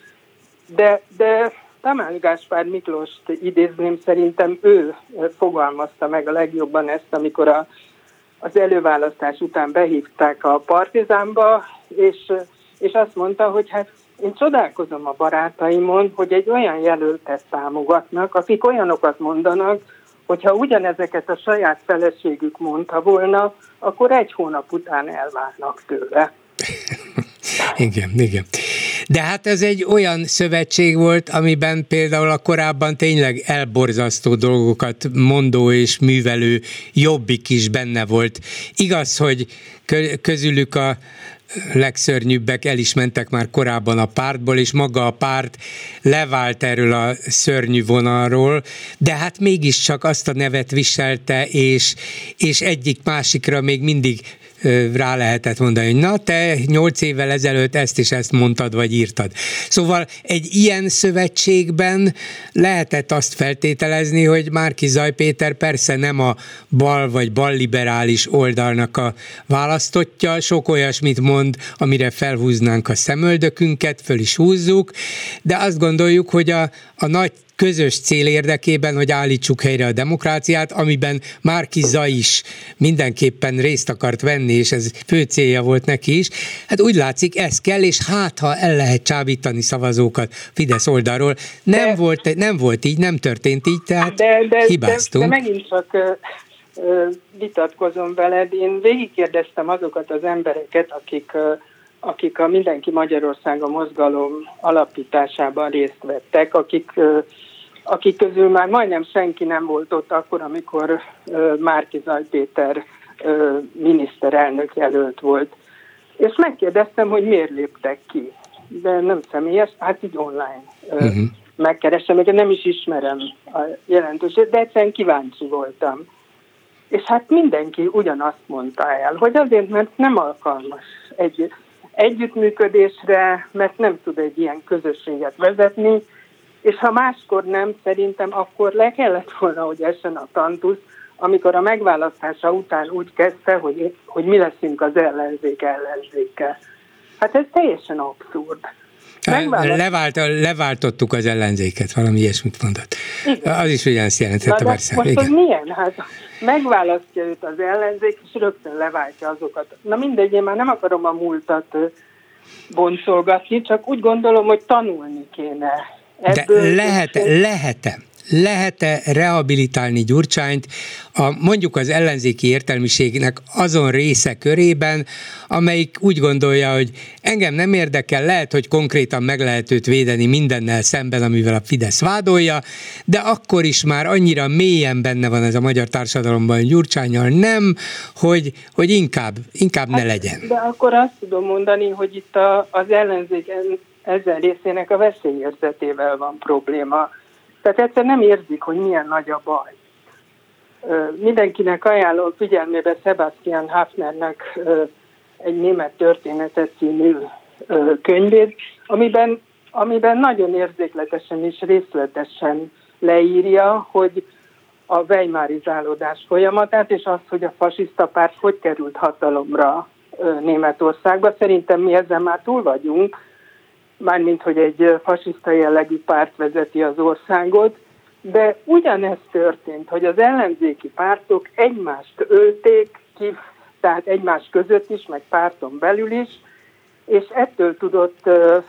G: de, de Tamány Gáspár Miklóst idézném, szerintem ő fogalmazta meg a legjobban ezt, amikor a, az előválasztás után behívták a Partizánba, és, és azt mondta, hogy hát én csodálkozom a barátaimon, hogy egy olyan jelöltet támogatnak, akik olyanokat mondanak, hogyha ugyanezeket a saját feleségük mondta volna, akkor egy hónap után elválnak tőle.
C: Igen, igen. De hát ez egy olyan szövetség volt, amiben például a korábban tényleg elborzasztó dolgokat mondó és művelő Jobbik is benne volt. Igaz, hogy közülük a legszörnyűbbek el is mentek már korábban a pártból, és maga a párt levált erről a szörnyű vonalról, de hát mégiscsak azt a nevet viselte, és, és egyik másikra még mindig rá lehetett mondani, hogy na te nyolc évvel ezelőtt ezt és ezt mondtad, vagy írtad. Szóval egy ilyen szövetségben lehetett azt feltételezni, hogy Márki-Zay Péter persze nem a bal vagy balliberális oldalnak a választottja, sok olyasmit mond, amire felhúznánk a szemöldökünket, föl is húzzuk, de azt gondoljuk, hogy a, a nagy közös cél érdekében, hogy állítsuk helyre a demokráciát, amiben Márki-Zay is mindenképpen részt akart venni, és ez fő célja volt neki is. Hát úgy látszik, ez kell, és hát, ha el lehet csábítani szavazókat Fidesz oldalról. Nem, de, volt, nem volt így, nem történt így, tehát
G: de, de,
C: hibáztunk.
G: De, de megint csak uh, uh, vitatkozom veled. Én végigkérdeztem azokat az embereket, akik uh, akik a Mindenki Magyarországa mozgalom alapításában részt vettek, akik, akik közül már majdnem senki nem volt ott akkor, amikor Márki-Zay Péter miniszterelnök jelölt volt. És megkérdeztem, hogy miért léptek ki. De nem személyes, hát így online uh-huh. megkeresem, mert nem is ismerem a jelentőséget, de egyszerűen kíváncsi voltam. És hát mindenki ugyanazt mondta el, hogy azért, mert nem alkalmas egy együttműködésre, mert nem tud egy ilyen közösséget vezetni, és ha máskor nem, szerintem akkor le kellett volna, hogy essen a tantusz, amikor a megválasztása után úgy kezdte, hogy, hogy mi leszünk az ellenzék ellenzéke. Hát ez teljesen abszurd.
C: Levált, leváltottuk az ellenzéket, valami ilyesmit mondott. Igen. Az is ugyanazt jelentette persze.
G: Most hogy milyen? Hát megválasztja őt az ellenzék, és rögtön leváltja azokat. Na mindegy, én már nem akarom a múltat boncolgatni, csak úgy gondolom, hogy tanulni kéne. Ebből
C: de lehet, lehet-e, lehet-e rehabilitálni Gyurcsányt a, mondjuk az ellenzéki értelmiségnek azon része körében, amelyik úgy gondolja, hogy engem nem érdekel, lehet, hogy konkrétan meg lehet őt védeni mindennel szemben, amivel a Fidesz vádolja, de akkor is már annyira mélyen benne van ez a magyar társadalomban Gyurcsánnyal nem, hogy, hogy inkább, inkább hát, ne legyen.
G: De akkor azt tudom mondani, hogy itt a, az ellenzék ezen részének a veszélyérzetével van probléma. Tehát egyszer nem érzik, hogy milyen nagy a baj. Mindenkinek ajánlom figyelmébe Sebastian Hafnernek egy német történetet című könyvét, amiben, amiben nagyon érzékletesen és részletesen leírja, hogy a weimarizálódás folyamatát, és azt, hogy a fasiszta párt hogy került hatalomra Németországba. Szerintem mi ezzel már túl vagyunk, mármint, hogy egy fasiszta jellegű párt vezeti az országot, de ugyanez történt, hogy az ellenzéki pártok egymást ölték ki, tehát egymás között is, meg párton belül is, és ettől tudott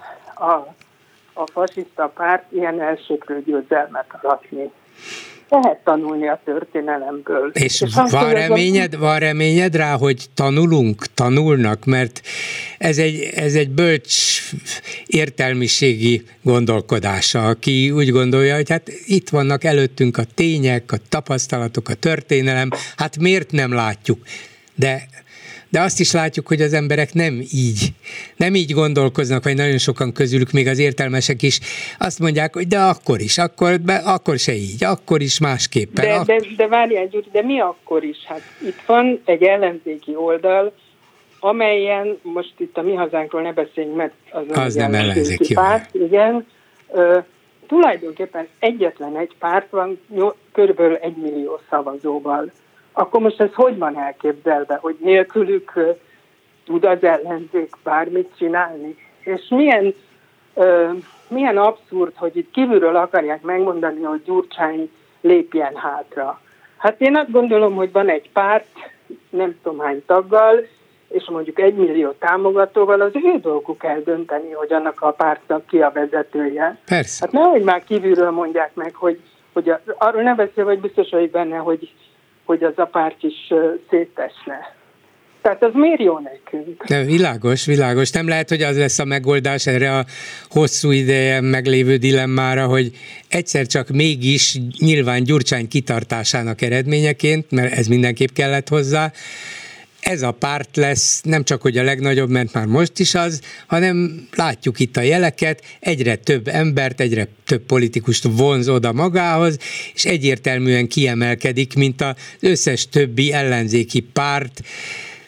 G: a, a fasiszta párt ilyen elsöprő győzelmet aratni. Lehet tanulni a történelemből.
C: És, és van reményed, van reményed rá, hogy tanulunk, tanulnak, mert ez egy, ez egy bölcs értelmiségi gondolkodása, aki úgy gondolja, hogy hát itt vannak előttünk a tények, a tapasztalatok, a történelem, hát miért nem látjuk? De De azt is látjuk, hogy az emberek nem így, nem így gondolkoznak, vagy nagyon sokan közülük, még az értelmesek is azt mondják, hogy de akkor is, akkor, be, akkor se így, akkor is másképpen.
G: De, de, de várjál, Gyuri, de mi akkor is? Hát itt van egy ellenzéki oldal, amelyen, most itt a Mi Hazánkról ne beszéljünk, mert az,
C: az nem ellenzéki
G: párt, igen, ö, tulajdonképpen egyetlen egy párt van, körülbelül egy millió szavazóval. Akkor most ez hogy van elképzelve, hogy nélkülük uh, tud az ellenzék bármit csinálni? És milyen, uh, milyen abszurd, hogy itt kívülről akarják megmondani, hogy Gyurcsány lépjen hátra. Hát én azt gondolom, hogy van egy párt, nem tudom hány taggal, és mondjuk egy millió támogatóval, az ő dolguk eldönteni, hogy annak a pártnak ki a vezetője.
C: Persze.
G: Hát nehogy már kívülről mondják meg, hogy, hogy a, arról nem beszél, vagy biztos vagyok benne, hogy hogy az a párt is szétesne. Tehát az miért jó nekünk?
C: De világos, világos. Nem lehet, hogy az lesz a megoldás erre a hosszú ideje meglévő dilemmára, hogy egyszer csak mégis nyilván Gyurcsány kitartásának eredményeként, mert ez mindenképp kellett hozzá, ez a párt lesz nem csak, hogy a legnagyobb, mert már most is az, hanem látjuk itt a jeleket, egyre több embert, egyre több politikust vonz oda magához, és egyértelműen kiemelkedik, mint az összes többi ellenzéki párt,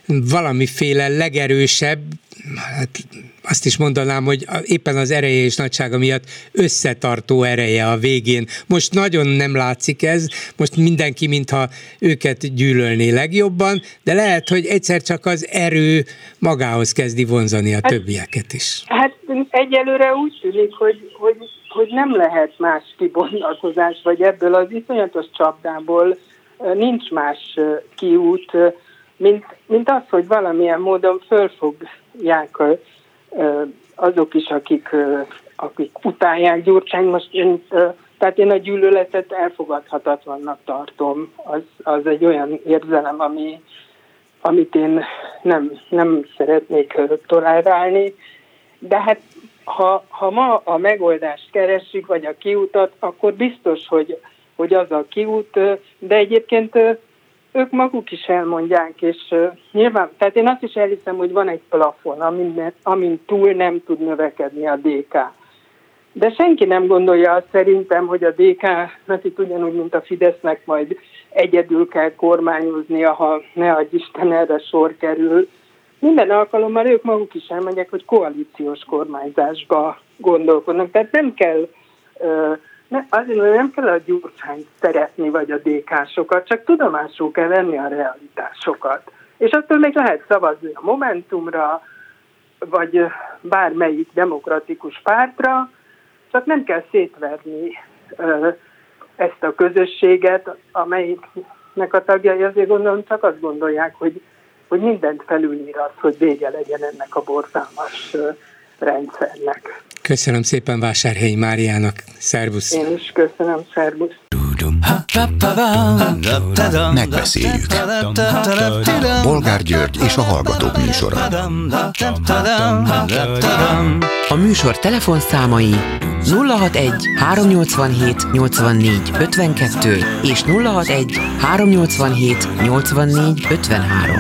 C: valamiféle legerősebb, hát azt is mondanám, hogy éppen az ereje és nagysága miatt összetartó ereje a végén. Most nagyon nem látszik ez, most mindenki mintha őket gyűlölné legjobban, de lehet, hogy egyszer csak az erő magához kezdi vonzani a hát, többieket is.
G: Hát egyelőre úgy tűnik, hogy, hogy, hogy nem lehet más kibontakozás, vagy ebből az iszonyatos csapdából nincs más kiút, mint, mint az, hogy valamilyen módon fölfogják azok is, akik, akik utálják Gyurcsány. Most én, tehát én a gyűlöletet elfogadhatatlannak tartom. Az, az egy olyan érzelem, ami, amit én nem, nem szeretnék tolerálni. De hát ha, ha ma a megoldást keressük, vagy a kiutat, akkor biztos, hogy, hogy az a kiút, de egyébként ők maguk is elmondják, és uh, nyilván, tehát én azt is elhiszem, hogy van egy plafon, amin, amin túl nem tud növekedni a dé ká. De senki nem gondolja azt szerintem, hogy a dé ká-nak itt ugyanúgy, mint a Fidesznek majd egyedül kell kormányoznia, ha ne adj Isten erre sor kerül. Minden alkalommal ők maguk is elmondják, hogy koalíciós kormányzásba gondolkodnak. Tehát nem kell... Uh, Ne, azért nem kell a Gyurcsányt szeretni, vagy a dé ká-sokat, csak tudomásul kell venni a realitásokat. És attól még lehet szavazni a Momentumra, vagy bármelyik demokratikus pártra, csak nem kell szétverni ö, ezt a közösséget, amelyiknek a tagjai azért gondolom csak azt gondolják, hogy, hogy mindent felülír az, hogy vége legyen ennek a borzalmas ö, rendszernek.
C: Köszönöm szépen Vásárhelyi Máriának. Szervusz!
G: Én is köszönöm, szervusz!
A: Megbeszéljük. Bolgár György és a Hallgatók műsora.
B: A műsor telefonszámai nulla hatvanegy háromnyolcvanhét nyolcvannégy ötvenkettő és nulla hatvanegy háromnyolcvanhét nyolcvannégy ötvenhárom.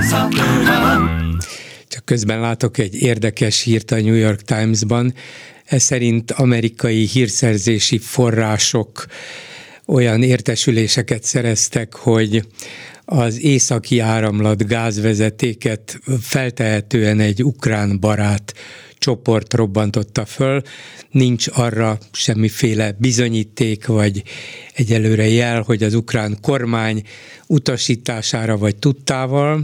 C: Csak közben látok egy érdekes hírt a New York Times-ban. Ez szerint amerikai hírszerzési források olyan értesüléseket szereztek, hogy az északi áramlat gázvezetéket feltehetően egy ukrán barát csoport robbantotta föl. Nincs arra semmiféle bizonyíték, vagy egyelőre jel, hogy az ukrán kormány utasítására vagy tudtával,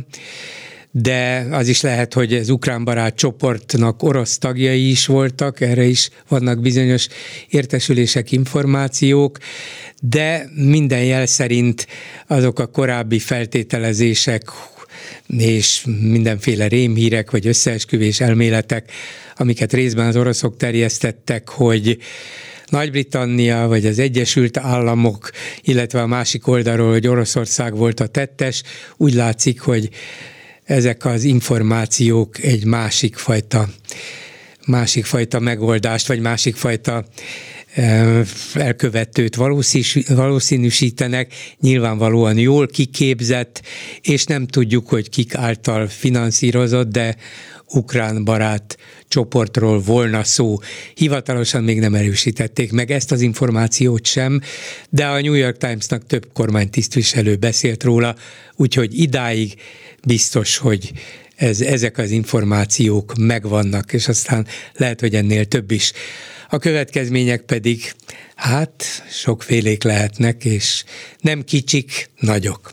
C: de az is lehet, hogy az ukrán barát csoportnak orosz tagjai is voltak, erre is vannak bizonyos értesülések, információk, de minden jel szerint azok a korábbi feltételezések és mindenféle rémhírek vagy összeesküvés elméletek, amiket részben az oroszok terjesztettek, hogy Nagy-Britannia vagy az Egyesült Államok, illetve a másik oldalról, hogy Oroszország volt a tettes, úgy látszik, hogy ezek az információk egy másik fajta, másik fajta megoldást, vagy másik fajta elkövetőt valószínűsítenek, nyilvánvalóan jól kiképzett, és nem tudjuk, hogy kik által finanszírozott, de ukrán barát csoportról volna szó. Hivatalosan még nem erősítették meg ezt az információt sem, de a New York Timesnak több kormánytisztviselő beszélt róla, úgyhogy idáig biztos, hogy ez, ezek az információk megvannak, és aztán lehet, hogy ennél több is. A következmények pedig, hát, sokfélék lehetnek, és nem kicsik, nagyok.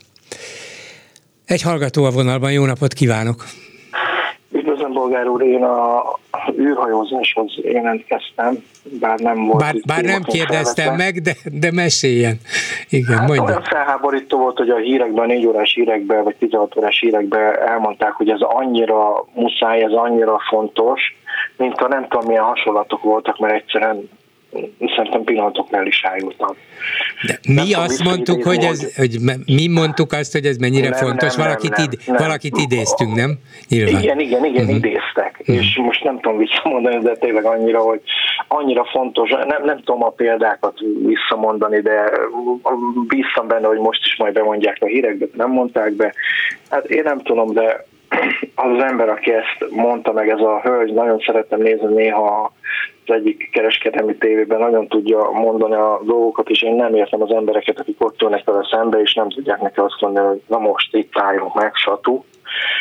C: Egy hallgató a vonalban, jó napot kívánok!
H: Üdvözlöm, Bolgár úr, én a űrhajózáshoz jelentkeztem, bár nem volt...
C: Bár, bár nem kérdeztem meg, de, de meséljen. Igen,
H: hát
C: mondja.
H: Olyan felháborító volt, hogy a hírekben, a négy órás hírekben, vagy tizenhat órás hírekben elmondták, hogy ez annyira muszáj, ez annyira fontos, mint a nem tudom milyen hasonlatok voltak, mert egyszerűen szerintem pillanatoknál is ájultam.
C: De mi nem azt mondtuk, hogy ez, hogy mi mondtuk azt, hogy ez mennyire nem, fontos, nem, valakit, nem, id, nem. valakit idéztünk, nem? Nyilván.
H: Igen, igen, igen, uh-huh. idéztek, uh-huh. és most nem tudom visszamondani, de tényleg annyira, hogy annyira fontos, nem, nem tudom a példákat visszamondani, de bíztam benne, hogy most is majd bemondják a hírekbe, nem mondták be. Hát én nem tudom, de az az ember, aki ezt mondta meg, ez a hölgy, nagyon szeretem nézni néha az egyik kereskedelmi tévében, nagyon tudja mondani a dolgokat, és én nem értem az embereket, akik ott ülnek vele szembe, és nem tudják neki azt mondani, hogy na most itt álljunk meg, satú.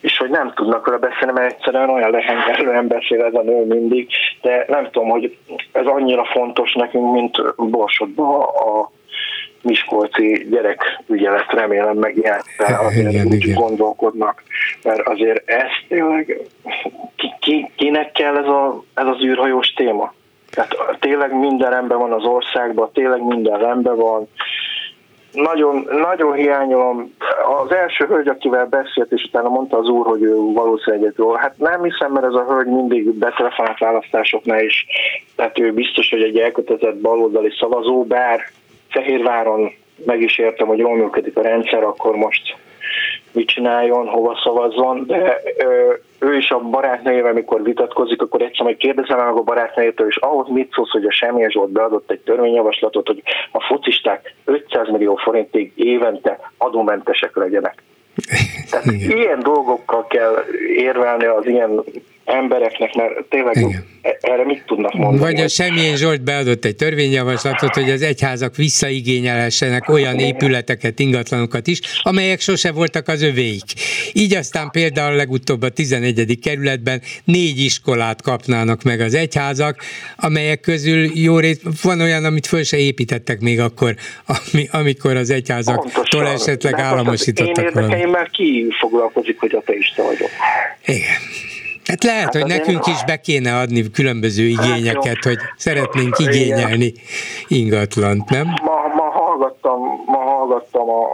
H: és hogy nem tudnak vele beszélni, mert egyszerűen olyan lehengerlően beszél ez a nő mindig, de nem tudom, hogy ez annyira fontos nekünk, mint Borsodban a miskolci gyerekügyelet, remélem megjelentve, azért igen, úgy igen. gondolkodnak, mert azért ez tényleg ki, ki, kinek kell ez, a, ez az űrhajós téma? Tehát tényleg minden rendben van az országban, tényleg minden rendben van. Nagyon, nagyon hiányolom. Az első hölgy, akivel beszélt, és utána mondta az úr, hogy ő valószínűleg egyetől. Hát nem hiszem, mert ez a hölgy mindig betelefonált választásoknál is. Tehát ő biztos, hogy egy elkötelezett baloldali szavazó, bár Fehérváron meg is értem, hogy jól működik a rendszer, akkor most mit csináljon, hova szavazzon, de ö, ő is a barátnőjével, amikor vitatkozik, akkor egyszer majd kérdezem meg a barátnőjétől, és ahhoz mit szólsz, hogy a Semjén Zsolt beadott egy törvényjavaslatot, hogy a focisták ötszáz millió forintig évente adómentesek legyenek. Tehát ilyen dolgokkal kell érvelni az ilyen embereknek, mert tényleg igen. erre mit tudnak mondani?
C: Vagy a Semjén Zsolt beadott egy törvényjavaslatot, hogy az egyházak visszaigényelhessenek olyan épületeket, ingatlanokat is, amelyek sose voltak az övéik. Így aztán például legutóbb a tizenegyedik kerületben négy iskolát kapnának meg az egyházak, amelyek közül jó rész, van olyan, amit föl se építettek még akkor, amikor az egyházaktól esetleg államosítottak
H: valamit. Én érdekeimmel ki foglalkozik, hogy ateista vagyok.
C: Igen. Hát lehet, hát hogy nekünk is be kéne adni különböző igényeket, hogy szeretnénk igényelni ingatlant, nem?
H: Ma, ma, hallgattam, ma hallgattam a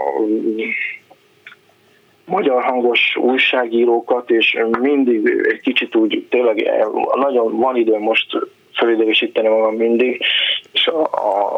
H: magyar hangos újságírókat, és mindig egy kicsit úgy, tényleg nagyon van időm most fölidézésíteni magam mindig, és a, a,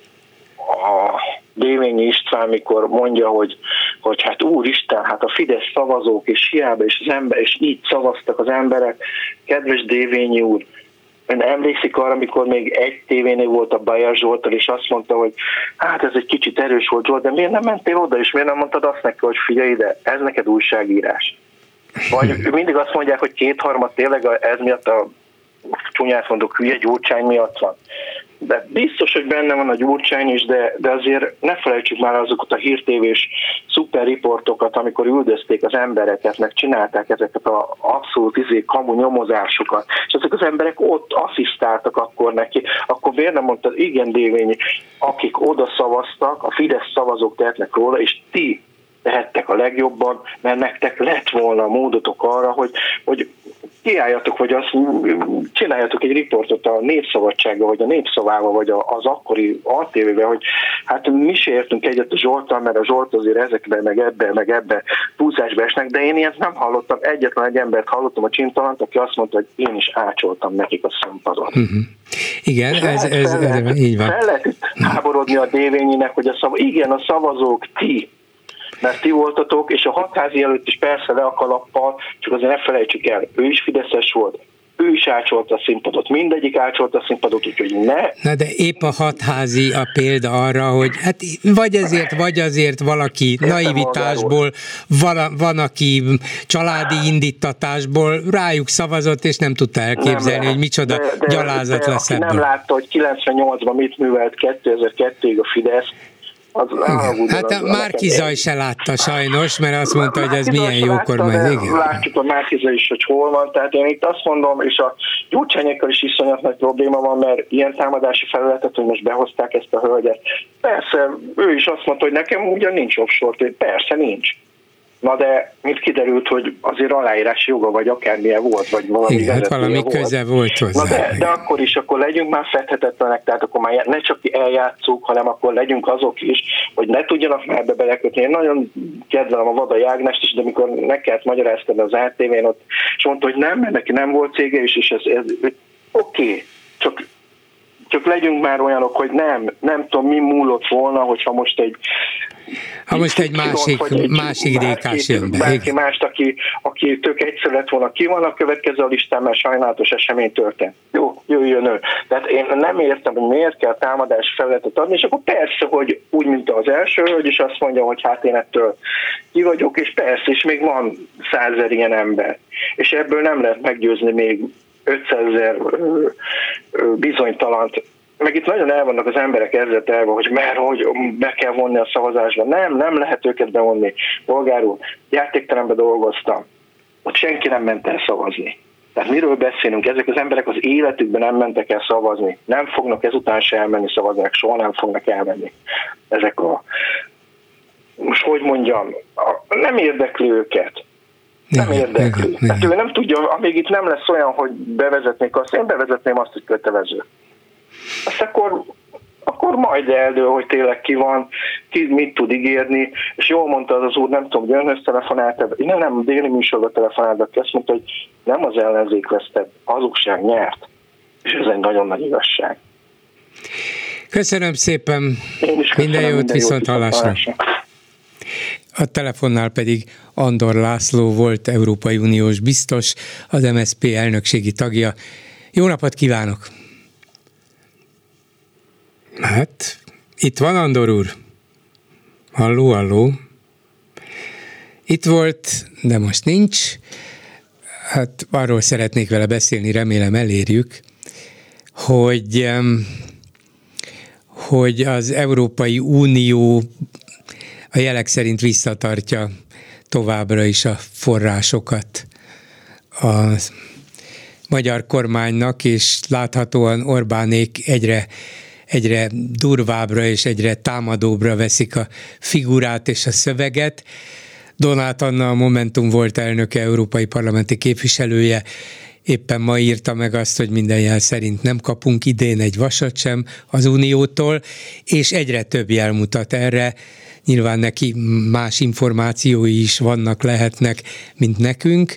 H: a Dévényi István, mikor mondja, hogy, hogy hát úristen, hát a Fidesz szavazók, és hiába, és az ember, és így szavaztak az emberek. Kedves Dévényi úr, ön emlékszik arra, amikor még egy tévénél volt a Bajer Zsolttal, és azt mondta, hogy hát ez egy kicsit erős volt, Zsolt, de miért nem mentél oda, és miért nem mondtad azt neki, hogy figyelj ide, ez neked újságírás. Vagy mindig azt mondják, hogy kétharmad tényleg ez miatt a csúnyát mondok, hülye Gyurcsány miatt van. De biztos, hogy benne van a Gyurcsány is, de, de azért ne felejtsük már azokat a hírtévés szuperriportokat, amikor üldözték az embereket, meg csinálták ezeket az abszolút izé, kamu nyomozásokat, és ezek az emberek ott asszisztáltak akkor neki, akkor miért nem mondtad, igen Dévényi, akik oda szavaztak, a Fidesz szavazók tehetnek róla, és ti tehettek a legjobban, mert nektek lett volna módotok arra, hogy, hogy kiálljatok, vagy azt csináljatok egy riportot a Népszabadsággal, vagy a Népszavával, vagy az akkori á té vé-ben, hogy hát mi se értünk egyet a Zsolttal, mert a Zsolt azért ezekben, meg ebben, meg ebben túlzásba esnek, de én ilyet nem hallottam, egyetlen egy embert hallottam, a Csintalant, aki azt mondta, hogy én is ácsoltam nekik a színpadot. Uh-huh.
C: Igen, ez, ez, ez, ez így van.
H: Fel lehet háborodni a Dévényinek, hogy a szav... igen, a szavazók ti, mert ti voltatok, és a hatházi előtt is persze le a kalappal, csak azért ne felejtsük el, ő is fideszes volt, ő is ácsolta a színpadot, mindegyik ácsolta a színpadot, úgyhogy ne.
C: Na de épp a hatházi a példa arra, hogy hát vagy ezért, vagy azért valaki értem naivitásból, van, van, aki családi indítatásból rájuk szavazott, és nem tudta elképzelni, nem hogy micsoda de, de, gyalázat de, lesz ebből.
H: Nem látta, hogy kilencvennyolcban mit művelt kétezer-kettőig a Fidesz. Az
C: hát a Márki-Zay se látta sajnos, mert azt mondta, hogy ez milyen jó kormány.
H: Látjuk a Márki-Zay is, hogy hol van, tehát én itt azt mondom, és a Gyurcsányekkal is iszonyat nagy probléma van, mert ilyen támadási felületet, hogy most behozták ezt a hölgyet. Persze, ő is azt mondta, hogy nekem ugyan nincs offshore, persze nincs. Na de mit kiderült, hogy azért aláírási joga, vagy akármilyen volt, vagy valami
C: igen, hát valami volt. Köze volt hozzá.
H: Na de, de akkor is, akkor legyünk már fedhetetlenek, tehát akkor már ne csak eljátszuk, hanem akkor legyünk azok is, hogy ne tudjanak már ebbe belekötni. Én nagyon kedvelem a Vadai Ágnest is, de amikor ne kellett magyaráztani az á té vén ott, és mondta, hogy nem, mert neki nem volt cége, és, és ez, ez oké, okay, csak Csak legyünk már olyanok, hogy nem, nem tudom, mi múlott volna, hogyha most egy
C: ha most egy másik, egy másik rékás jön be.
H: Bárki mást, aki, aki tök egyszer lett volna, ki van a következő a listán, mert sajnálatos esemény történt. Jó, jöjjön ő. Tehát én nem értem, hogy miért kell támadás felületet adni, és akkor persze, hogy úgy, mint az első, hogy is azt mondja, hogy hát én ettől ki vagyok, és persze, és még van százezer ilyen ember. És ebből nem lehet meggyőzni még ötszázezer bizonytalant. Meg itt nagyon el vannak az emberek ezzel telve, hogy mert hogy be kell vonni a szavazásba. Nem, nem lehet őket bevonni. Bolgár úr, játékteremben dolgoztam. ott senki nem ment el szavazni. Tehát miről beszélünk? Ezek az emberek az életükben nem mentek el szavazni. Nem fognak ezután se elmenni szavazni, soha nem fognak elmenni. Ezek a, most hogy mondjam, a, nem érdekli őket. Nem érdekli. Tehát ő nem tudja, amíg itt nem lesz olyan, hogy bevezetnék azt, én bevezetném azt, hogy kötelező. Azt akkor, akkor majd eldől, hogy tényleg ki van, ki mit tud ígérni, és jól mondta az az úr, nem tudom, hogy önhöz telefonált, nem, nem, déli műsorba telefonált, de azt mondta, hogy nem az ellenzék vesztett, hazugság nyert. És ez egy nagyon nagy igazság.
C: Köszönöm szépen,
H: köszönöm,
C: minden jót,
H: minden
C: viszont hallásra. A telefonnál pedig Andor László volt Európai Uniós biztos, az em es zé pé elnökségi tagja. Jó napot kívánok! Hát, itt van Andor úr. Halló, halló. Itt volt, de most nincs. Hát arról szeretnék vele beszélni, remélem elérjük, hogy, hogy az Európai Unió a jelek szerint visszatartja továbbra is a forrásokat a magyar kormánynak, és láthatóan Orbánék egyre egyre durvábbra és egyre támadóbbra veszik a figurát és a szöveget. Donát Anna, a Momentum volt elnöke, európai parlamenti képviselője, éppen ma írta meg azt, hogy minden jel szerint nem kapunk idén egy vasat sem az Uniótól, és egyre több jel mutat erre. Nyilván neki más információi is vannak, lehetnek, mint nekünk.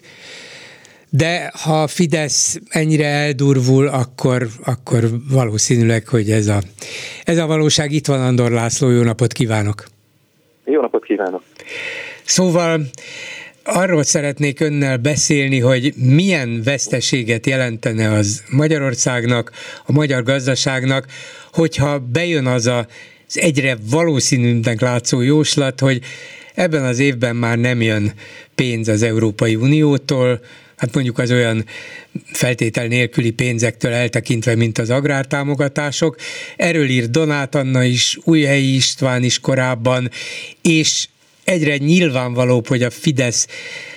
C: De ha a Fidesz ennyire eldurvul, akkor, akkor valószínűleg, hogy ez a, ez a valóság. Itt van Andor László, jó napot kívánok!
I: Jó napot kívánok!
C: Szóval arról szeretnék önnel beszélni, hogy milyen veszteséget jelentene az Magyarországnak, a magyar gazdaságnak, hogyha bejön az a, az egyre valószínűnek látszó jóslat, hogy ebben az évben már nem jön pénz az Európai Uniótól, hát mondjuk az olyan feltétel nélküli pénzektől eltekintve, mint az agrártámogatások. Erről írt Donát Anna is, Újhelyi István is korábban, és egyre nyilvánvalóbb, hogy a Fidesz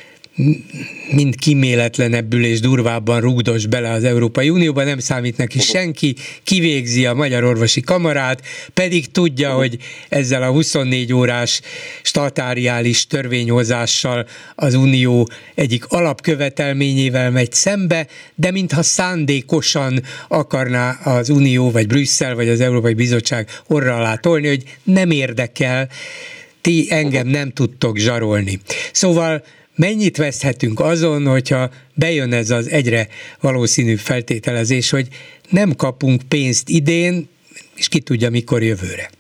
C: mind kíméletlenebbül és durvábban rúgdos bele az Európai Unióba, nem számít neki senki, kivégzi a Magyar Orvosi Kamarát, pedig tudja, hogy ezzel a huszonnégy órás statáriális törvényhozással az Unió egyik alapkövetelményével megy szembe, de mintha szándékosan akarná az Unió, vagy Brüsszel, vagy az Európai Bizottság orra alá tolni, hogy nem érdekel, ti engem nem tudtok zsarolni. Szóval mennyit veszthetünk azon, hogyha bejön ez az egyre valószínűbb feltételezés, hogy nem kapunk pénzt idén, és ki tudja mikor jövőre?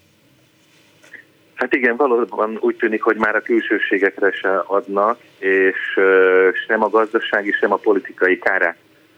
I: Hát igen, valóban úgy tűnik, hogy már a külsőségekre se adnak, és sem a gazdasági, sem a politikai kárát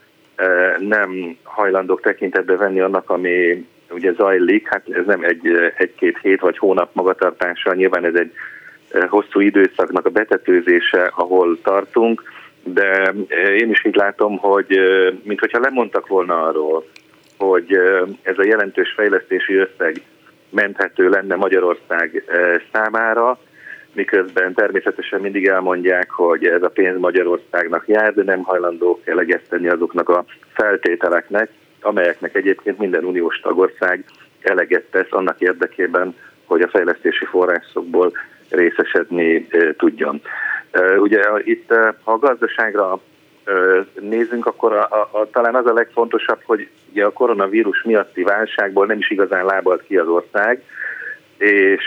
I: nem hajlandók tekintetbe venni annak, ami ugye zajlik. Hát ez nem egy, egy-két hét vagy hónap magatartása, nyilván ez egy hosszú időszaknak a betetőzése, ahol tartunk, de én is így látom, hogy minthogyha lemondtak volna arról, hogy ez a jelentős fejlesztési összeg menthető lenne Magyarország számára, miközben természetesen mindig elmondják, hogy ez a pénz Magyarországnak jár, de nem hajlandók eleget tenni azoknak a feltételeknek, amelyeknek egyébként minden uniós tagország eleget tesz annak érdekében, hogy a fejlesztési forrásokból részesedni tudjon. Ugye itt, ha a gazdaságra nézünk, akkor a, a, a, talán az a legfontosabb, hogy ugye a koronavírus miatti válságból nem is igazán lábalt ki az ország, és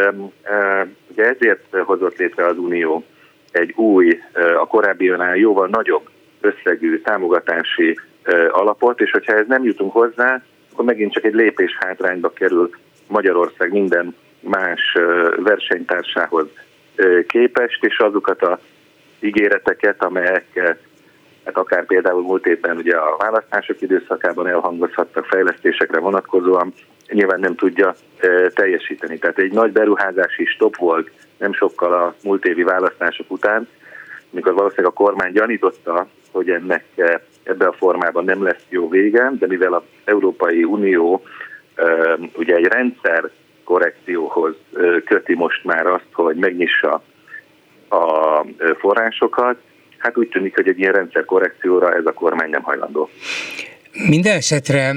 I: ugye ezért hozott létre az Unió egy új, a korábbiaznál jóval nagyobb összegű támogatási alapot, és hogyha ez nem jutunk hozzá, akkor megint csak egy lépés hátrányba kerül Magyarország minden más versenytársához képest, és azokat az ígéreteket, amelyek hát akár például múlt évben ugye a választások időszakában elhangozhattak fejlesztésekre vonatkozóan, nyilván nem tudja teljesíteni. Tehát egy nagy beruházási stop volt nem sokkal a múlt évi választások után, mikor valószínűleg a kormány gyanította, hogy ennek ebben a formában nem lesz jó vége, de mivel az Európai Unió ugye egy rendszer korrekcióhoz köti most már azt, hogy megnyissa a forrásokat, hát úgy tűnik, hogy egy ilyen rendszerkorrekcióra ez a kormány nem hajlandó.
C: Minden esetre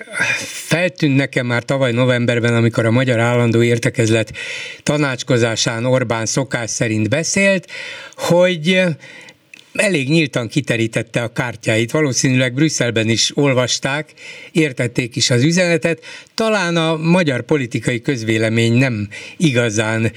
C: feltűnt nekem már tavaly novemberben, amikor a Magyar Állandó Értekezlet tanácskozásán Orbán szokás szerint beszélt, hogy elég nyíltan kiterítette a kártyáit, valószínűleg Brüsszelben is olvasták, értették is az üzenetet, talán a magyar politikai közvélemény nem igazán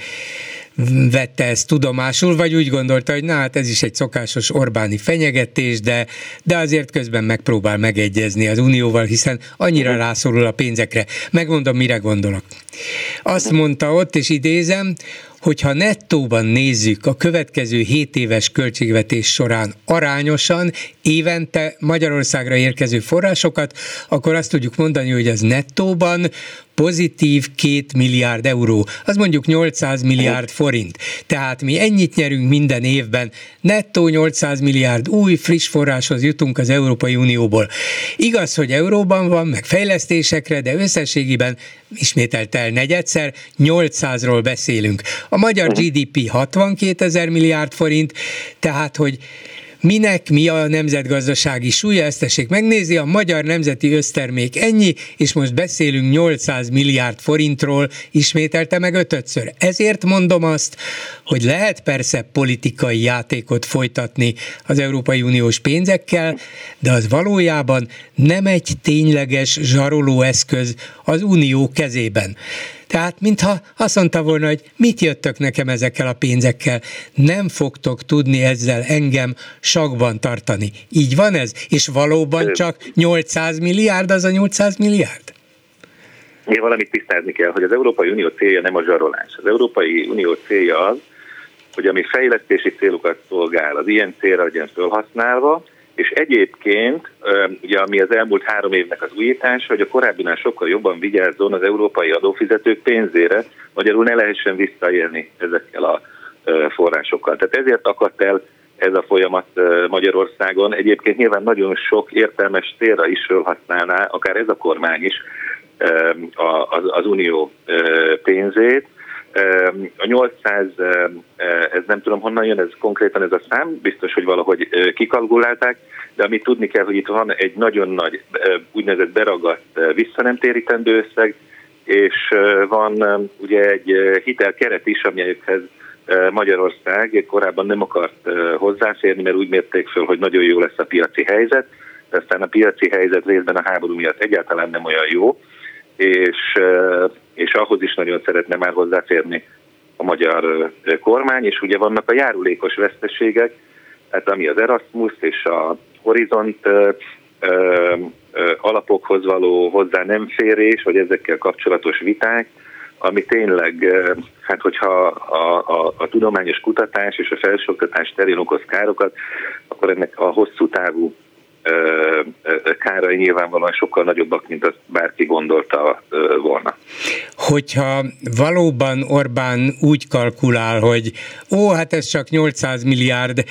C: vette ezt tudomásul, vagy úgy gondolta, hogy na hát ez is egy szokásos Orbáni fenyegetés, de, de azért közben megpróbál megegyezni az Unióval, hiszen annyira rászorul a pénzekre. Megmondom, mire gondolok. Azt mondta ott, és idézem, hogyha nettóban nézzük a következő hét éves költségvetés során arányosan évente Magyarországra érkező forrásokat, akkor azt tudjuk mondani, hogy az nettóban pozitív két milliárd euró, az mondjuk nyolcszáz milliárd forint. Tehát mi ennyit nyerünk minden évben, nettó nyolcszáz milliárd új, friss forráshoz jutunk az Európai Unióból. Igaz, hogy euróban van, meg fejlesztésekre, de összességében ismételtel negyedszer, nyolcszázról beszélünk. A magyar gé dé pé hatvankétezer milliárd forint, tehát, hogy minek mi a nemzetgazdasági súlya, ezt tessék megnézni, a magyar nemzeti össztermék ennyi, és most beszélünk nyolcszáz milliárd forintról, ismételte meg ötödször. Ezért mondom azt, hogy lehet persze politikai játékot folytatni az Európai Uniós pénzekkel, de az valójában nem egy tényleges zsarolóeszköz az Unió kezében. Tehát, mintha azt mondta volna, hogy mit jöttök nekem ezekkel a pénzekkel, nem fogtok tudni ezzel engem sakban tartani. Így van ez? És valóban csak nyolcszáz milliárd az a nyolcszáz milliárd?
I: Igen, valamit tisztázni kell, hogy az Európai Unió célja nem a zsarolás. Az Európai Unió célja az, hogy ami fejlesztési célokat szolgál, az ilyen célra legyen felhasználva, és egyébként, ugye ami az elmúlt három évnek az újítása, hogy a korábbinál sokkal jobban vigyázzon az európai adófizetők pénzére, magyarul ne lehessen visszaélni ezekkel a forrásokkal. Tehát ezért akadt el ez a folyamat Magyarországon. Egyébként nyilván nagyon sok értelmes célra is felhasználná, akár ez a kormány is az unió pénzét. A nyolcszáz, ez nem tudom honnan jön, ez konkrétan ez a szám, biztos, hogy valahogy kikalkulálták, de amit tudni kell, hogy itt van egy nagyon nagy úgynevezett beragadt visszanemtérítendő összeg, és van ugye egy hitelkeret is, amelyekhez Magyarország korábban nem akart hozzáférni, mert úgy mérték föl, hogy nagyon jó lesz a piaci helyzet, de aztán a piaci helyzet részben a háború miatt egyáltalán nem olyan jó, és, és ahhoz is nagyon szeretne már hozzáférni a magyar kormány, és ugye vannak a járulékos veszteségek, tehát ami az Erasmus és a Horizont ö, ö, alapokhoz való hozzá nem férés, vagy ezekkel kapcsolatos viták, ami tényleg, hát hogyha a, a, a tudományos kutatás és a felsőoktatás terén okoz károkat, akkor ennek a hosszú távú kárai nyilvánvalóan sokkal nagyobbak, mint azt bárki gondolta volna.
C: Hogyha valóban Orbán úgy kalkulál, hogy ó, hát ez csak nyolcszáz milliárd,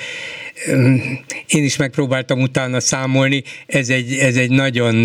C: én is megpróbáltam utána számolni, ez egy, ez egy nagyon,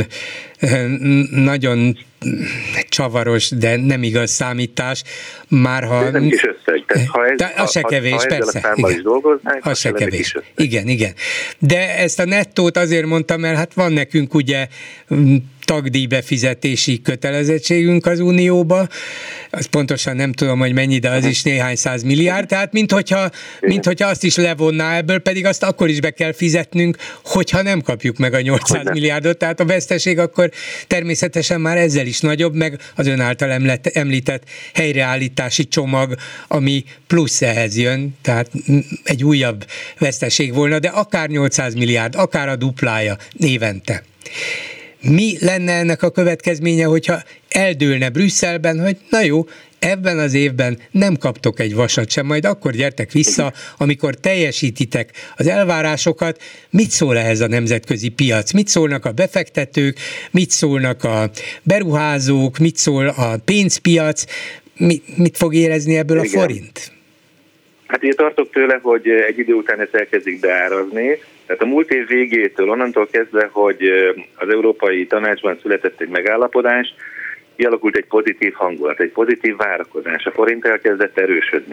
C: nagyon csavaros, de nem igaz számítás. Már ha...
I: Ez nem kis összeg. Tehát, ha ez,
C: az se kevés, ha, ha persze.
I: Igen. Is dolgoznánk,
C: az se kevés. Igen, igen. De ezt a nettót azért mondtam, mert hát van nekünk ugye tagdíjbefizetési kötelezettségünk az Unióba, azt pontosan nem tudom, hogy mennyi, de az is néhány száz milliárd, tehát minthogyha, minthogyha azt is levonná ebből, pedig azt akkor is be kell fizetnünk, hogyha nem kapjuk meg a nyolcszáz milliárdot, tehát a veszteség akkor természetesen már ezzel is nagyobb, meg az ön által említett helyreállítási csomag, ami plusz ehhez jön, tehát egy újabb veszteség volna, de akár nyolcszáz milliárd, akár a duplája évente. Mi lenne ennek a következménye, hogyha eldőlne Brüsszelben, hogy na jó, ebben az évben nem kaptok egy vasat sem, majd akkor gyertek vissza, amikor teljesítitek az elvárásokat. Mit szól ehhez a nemzetközi piac? Mit szólnak a befektetők? Mit szólnak a beruházók? Mit szól a pénzpiac? Mit, mit fog érezni ebből a forint?
I: Hát ugye tartok tőle, hogy egy idő után ezt elkezdik beárazni. Tehát a múlt év végétől, onnantól kezdve, hogy az Európai Tanácsban született egy megállapodás, kialakult egy pozitív hangulat, egy pozitív várakozás. A forint elkezdett erősödni.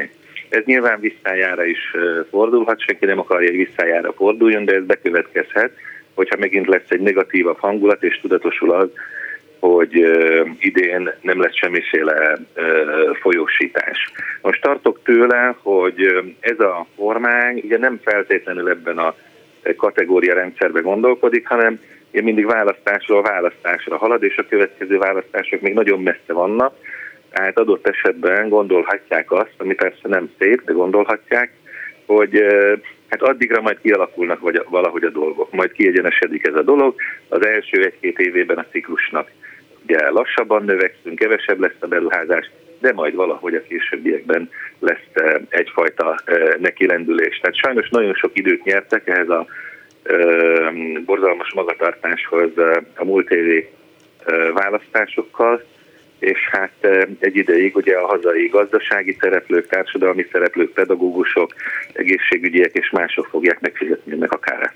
I: Ez nyilván visszájára is fordulhat, senki nem akarja, hogy visszájára forduljon, de ez bekövetkezhet, hogyha megint lesz egy negatívabb hangulat, és tudatosul az, hogy uh, idén nem lesz semmiféle uh, folyósítás. Most tartok tőle, hogy uh, ez a kormány ugye nem feltétlenül ebben a kategória rendszerben gondolkodik, hanem ugye mindig választásról választásra halad, és a következő választások még nagyon messze vannak, tehát adott esetben gondolhatják azt, ami persze nem szép, de gondolhatják, hogy uh, hát addigra majd kialakulnak vagy valahogy a dolgok, majd kiegyenesedik ez a dolog, az első egy-két évében a ciklusnak ugye lassabban növekszünk, kevesebb lesz a beruházás, de majd valahogy a későbbiekben lesz egyfajta nekilendülés. Tehát sajnos nagyon sok időt nyertek ehhez a borzalmas magatartáshoz a múlt évi választásokkal, és hát egy ideig ugye a hazai gazdasági szereplők, társadalmi szereplők, pedagógusok, egészségügyiek és mások fogják megfizetni ennek a kárát.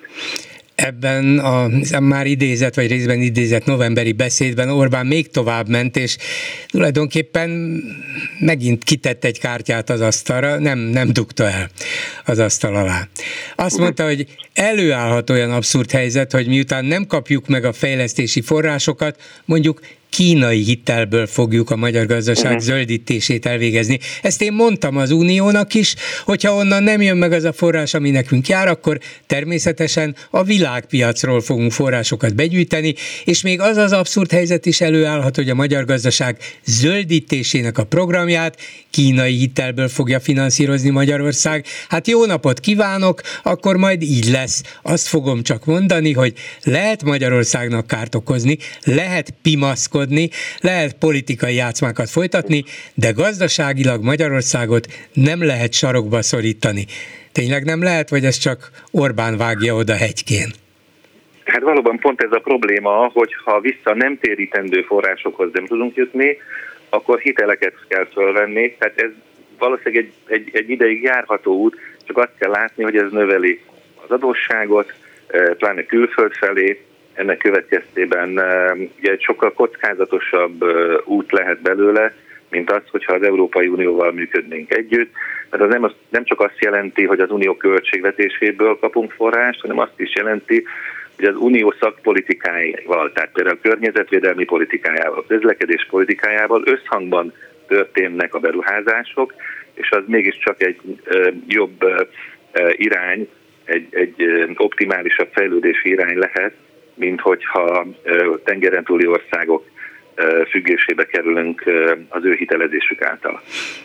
C: Ebben a már idézett, vagy részben idézett novemberi beszédben Orbán még tovább ment, és tulajdonképpen megint kitett egy kártyát az asztalra, nem, nem dugta el az asztal alá. Azt mondta, hogy előállhat olyan abszurd helyzet, hogy miután nem kapjuk meg a fejlesztési forrásokat, mondjuk kínai hitelből fogjuk a magyar gazdaság uh-huh. zöldítését elvégezni. Ezt én mondtam az Uniónak is, hogyha onnan nem jön meg az a forrás, ami nekünk jár, akkor természetesen a világpiacról fogunk forrásokat begyűjteni, és még az az abszurd helyzet is előállhat, hogy a magyar gazdaság zöldítésének a programját kínai hitelből fogja finanszírozni Magyarország. Hát jó napot kívánok, akkor majd így lesz. Azt fogom csak mondani, hogy lehet Magyarországnak kárt okozni, lehet pimaszkodni, lehet politikai játszmákat folytatni, de gazdaságilag Magyarországot nem lehet sarokba szorítani. Tényleg nem lehet, vagy ez csak Orbán vágja oda hegykén?
I: Hát valóban pont ez a probléma, hogyha vissza nem térítendő forrásokhoz nem tudunk jutni, akkor hiteleket kell fölvenni, tehát ez valószínűleg egy, egy, egy ideig járható út, csak azt kell látni, hogy ez növeli az adósságot, pláne külföld felé, ennek következtében ugye egy sokkal kockázatosabb út lehet belőle, mint az, hogyha az Európai Unióval működnénk együtt, mert az nem, az nem csak azt jelenti, hogy az unió költségvetéséből kapunk forrást, hanem azt is jelenti, hogy az unió szakpolitikáival, tehát például a környezetvédelmi politikájával, a közlekedés politikájával összhangban történnek a beruházások, és az mégiscsak egy ö, jobb ö, irány, egy, egy optimálisabb fejlődési irány lehet, mint hogyha ö, tengeren túli országok ö, függésébe kerülünk ö, az ő hitelezésük által.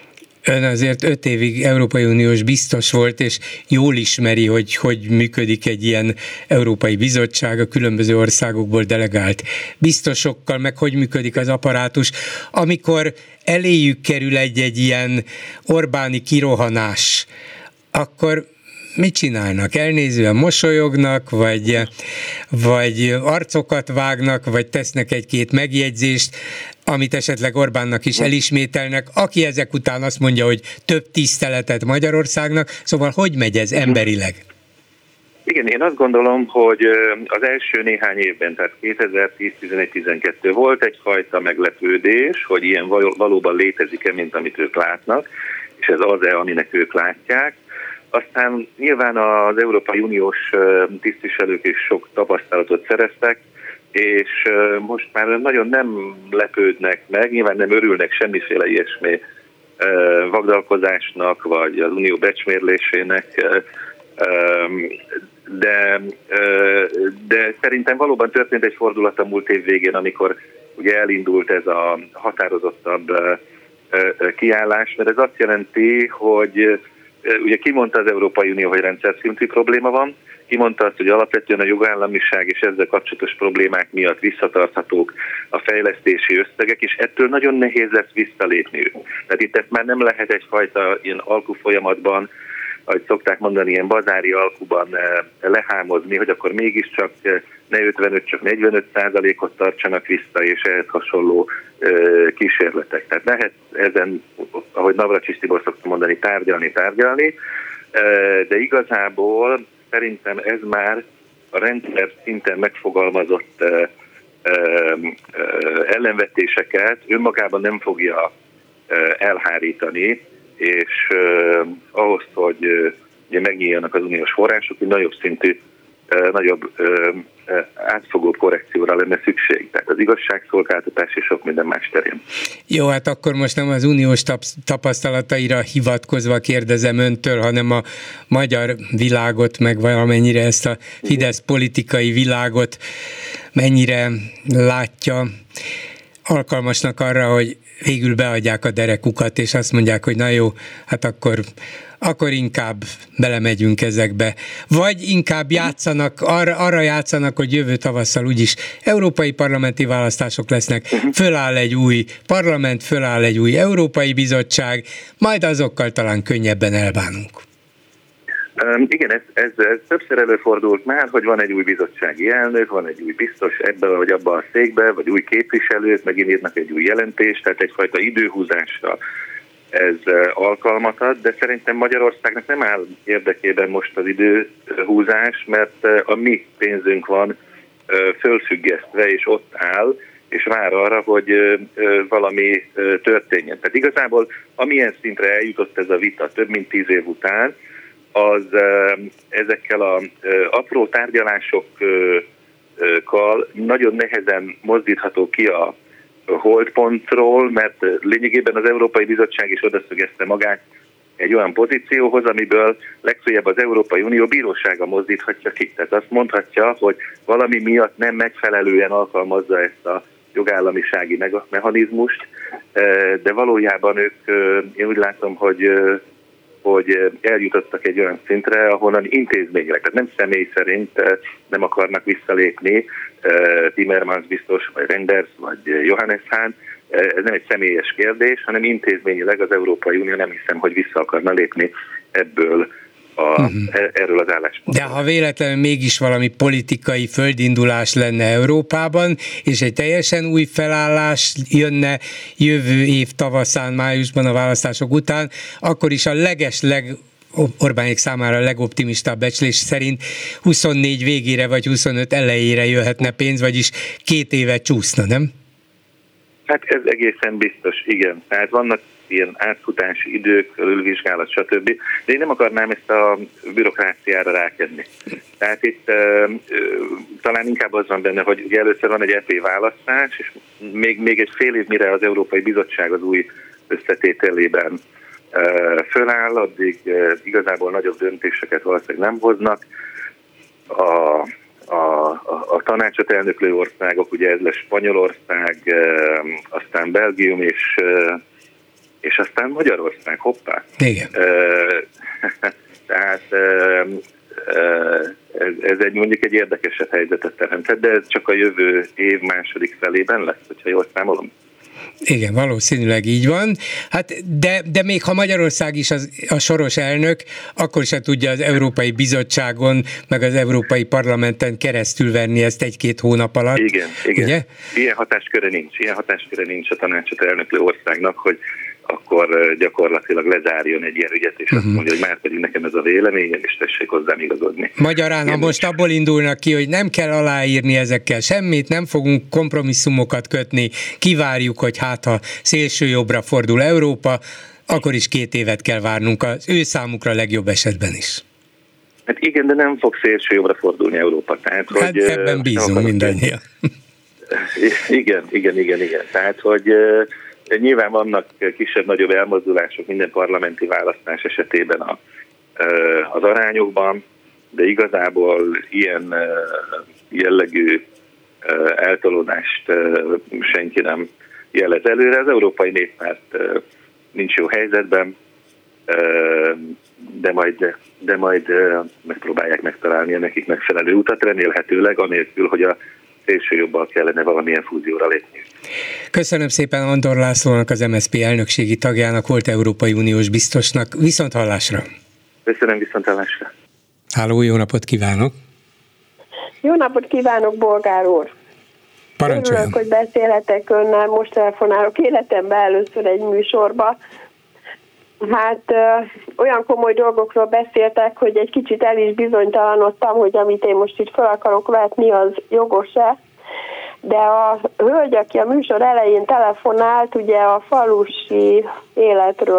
C: Ön azért öt évig Európai Uniós biztos volt, és jól ismeri, hogy hogy működik egy ilyen Európai Bizottság, a különböző országokból delegált biztosokkal, meg hogy működik az apparátus. Amikor eléjük kerül egy-egy ilyen Orbáni kirohanás, akkor mit csinálnak? Elnézően mosolyognak, vagy, vagy arcokat vágnak, vagy tesznek egy-két megjegyzést, amit esetleg Orbánnak is elismételnek, aki ezek után azt mondja, hogy több tiszteletet Magyarországnak, szóval hogy megy ez emberileg?
I: Igen, én azt gondolom, hogy az első néhány évben, tehát kétezer-tíz, tizenegy, tizenkettő volt egyfajta meglepődés, hogy ilyen valóban létezik-e, mint amit ők látnak, és ez az-e, aminek ők látják. Aztán nyilván az Európai Uniós tisztviselők is sok tapasztalatot szereztek, és most már nagyon nem lepődnek meg, nyilván nem örülnek semmiféle ilyesmi vagdalkozásnak, vagy az unió becsmérlésének, de, de szerintem valóban történt egy fordulat a múlt év végén, amikor ugye elindult ez a határozottabb kiállás, mert ez azt jelenti, hogy ugye kimondta az Európai Unió, hogy rendszer szintű probléma van, kimondta azt, hogy alapvetően a jogállamiság és ezzel kapcsolatos problémák miatt visszatarthatók a fejlesztési összegek, és ettől nagyon nehéz lesz visszalépniük. Tehát itt ezt már nem lehet egyfajta ilyen alkufolyamatban, ahogy szokták mondani, ilyen bazári alkuban lehámozni, hogy akkor mégiscsak ne ötvenöt, csak negyvenöt százalékot tartsanak vissza, és ehhez hasonló kísérletek. Tehát lehet ezen, ahogy Navracsics Tibor szokta mondani, tárgyalni, tárgyalni, de igazából szerintem ez már a rendszer szinten megfogalmazott ellenvetéseket önmagában nem fogja elhárítani, és uh, ahhoz, hogy uh, ugye megnyíljanak az uniós források, hogy nagyobb szintű, uh, nagyobb uh, uh, átfogóbb korrekcióra lenne szükség. Tehát az igazságszolgáltatás és sok minden más terén.
C: Jó, hát akkor most nem az uniós tapasztalataira hivatkozva kérdezem öntől, hanem a magyar világot, meg valamennyire ezt a Fidesz politikai világot mennyire látja alkalmasnak arra, hogy végül beadják a derekukat, és azt mondják, hogy na jó, hát akkor, akkor inkább belemegyünk ezekbe. Vagy inkább játszanak, arra, arra játszanak, hogy jövő tavasszal úgyis európai parlamenti választások lesznek, föláll egy új parlament, föláll egy új európai bizottság, majd azokkal talán könnyebben elbánunk.
I: Um, igen, ez, ez, ez többször előfordult már, hogy van egy új bizottsági elnök, van egy új biztos ebben vagy abban a székben, vagy új képviselők, megint írnak egy új jelentést, tehát egyfajta időhúzásra ez alkalmat ad, de szerintem Magyarországnak nem áll érdekében most az időhúzás, mert a mi pénzünk van fölfüggesztve, és ott áll, és vár arra, hogy valami történjen. Tehát igazából amilyen szintre eljutott ez a vita több mint tíz év után, az ezekkel az apró tárgyalásokkal nagyon nehezen mozdítható ki a holdpontról, mert lényegében az Európai Bizottság is odaszögezte magát egy olyan pozícióhoz, amiből legfeljebb az Európai Unió bírósága mozdíthatja ki. Tehát azt mondhatja, hogy valami miatt nem megfelelően alkalmazza ezt a jogállamisági mechanizmust, de valójában ők, én úgy látom, hogy hogy eljutottak egy olyan szintre, ahonnan intézmények, tehát nem személy szerint nem akarnak visszalépni, Timmermans biztos, vagy Renders, vagy Johannes Hahn, ez nem egy személyes kérdés, hanem intézményileg az Európai Unió nem hiszem, hogy vissza akarna lépni ebből a, uh-huh. erről az álláspontból.
C: De ha véletlenül mégis valami politikai földindulás lenne Európában, és egy teljesen új felállás jönne jövő év tavaszán, májusban a választások után, akkor is a legesleg Orbánék számára a legoptimistább becslés szerint huszonnégy végére vagy huszonöt elejére jöhetne pénz, vagyis két éve csúszna, nem?
I: Hát ez egészen biztos, igen. Tehát vannak ilyen átfutási idők, felülvizsgálat, stb. De én nem akarnám ezt a bürokráciára rákenni. Tehát itt e, e, talán inkább az van benne, hogy ugye először van egy é pé választás, és még, még egy fél év mire az Európai Bizottság az új összetételében e, föláll, addig e, igazából nagyobb döntéseket valószínűleg nem hoznak. A A, a, a tanácsot elnöklő országok, ugye ez lesz Spanyolország, e, aztán Belgium és, e, és aztán Magyarország, hoppá.
C: Igen.
I: E, tehát e, e, ez, ez egy mondjuk egy érdekesebb helyzetet teremtett, de ez csak a jövő év második felében lesz, hogyha jól számolom.
C: Igen, valószínűleg így van. Hát de, de még ha Magyarország is az, a soros elnök, akkor se tudja az Európai Bizottságon, meg az Európai Parlamenten keresztül venni ezt egy-két hónap alatt.
I: Igen, igen.
C: Ugye?
I: Ilyen hatásköre nincs. Ilyen hatásköre nincs a tanácsot elnöklő országnak, hogy akkor gyakorlatilag lezárjon egy ilyen ügyet, és uh-huh. azt mondja, hogy már pedig nekem ez a véleményem, és tessék hozzám igazodni.
C: Magyarán, ha most abból indulnak ki, hogy nem kell aláírni ezekkel semmit, nem fogunk kompromisszumokat kötni, kivárjuk, hogy hát ha szélső jobbra fordul Európa, akkor is két évet kell várnunk az ő számukra legjobb esetben is.
I: Hát igen, de nem fog szélső jobbra fordulni Európa. Tehát,
C: hát
I: hogy,
C: ebben bízunk mindannyian.
I: Igen, igen, igen, igen. Tehát, hogy nyilván vannak kisebb-nagyobb elmozdulások minden parlamenti választás esetében a, az arányokban, de igazából ilyen jellegű eltolódást senki nem jelez előre. Az Európai Néppárt nincs jó helyzetben, de majd, de majd megpróbálják megtalálni a nekik megfelelő utat, remélhetőleg, anélkül, hogy a szélső jobbal kellene valamilyen fúzióra lépni.
C: Köszönöm szépen Andor Lászlónak, az em es zé pé elnökségi tagjának, volt Európai Uniós biztosnak. Viszont hallásra!
I: Köszönöm, viszont hallásra!
C: Háló, jó napot kívánok!
J: Jó napot kívánok, bolgár úr!
C: Parancsoljon!
J: Örülök, hogy beszélhetek önnel, most telefonálok életemben először egy műsorba. Hát ö, olyan komoly dolgokról beszéltek, hogy egy kicsit el is bizonytalanodtam, hogy amit én most itt fel akarok vetni, az jogos-e. De a hölgy, aki a műsor elején telefonált, ugye a falusi életről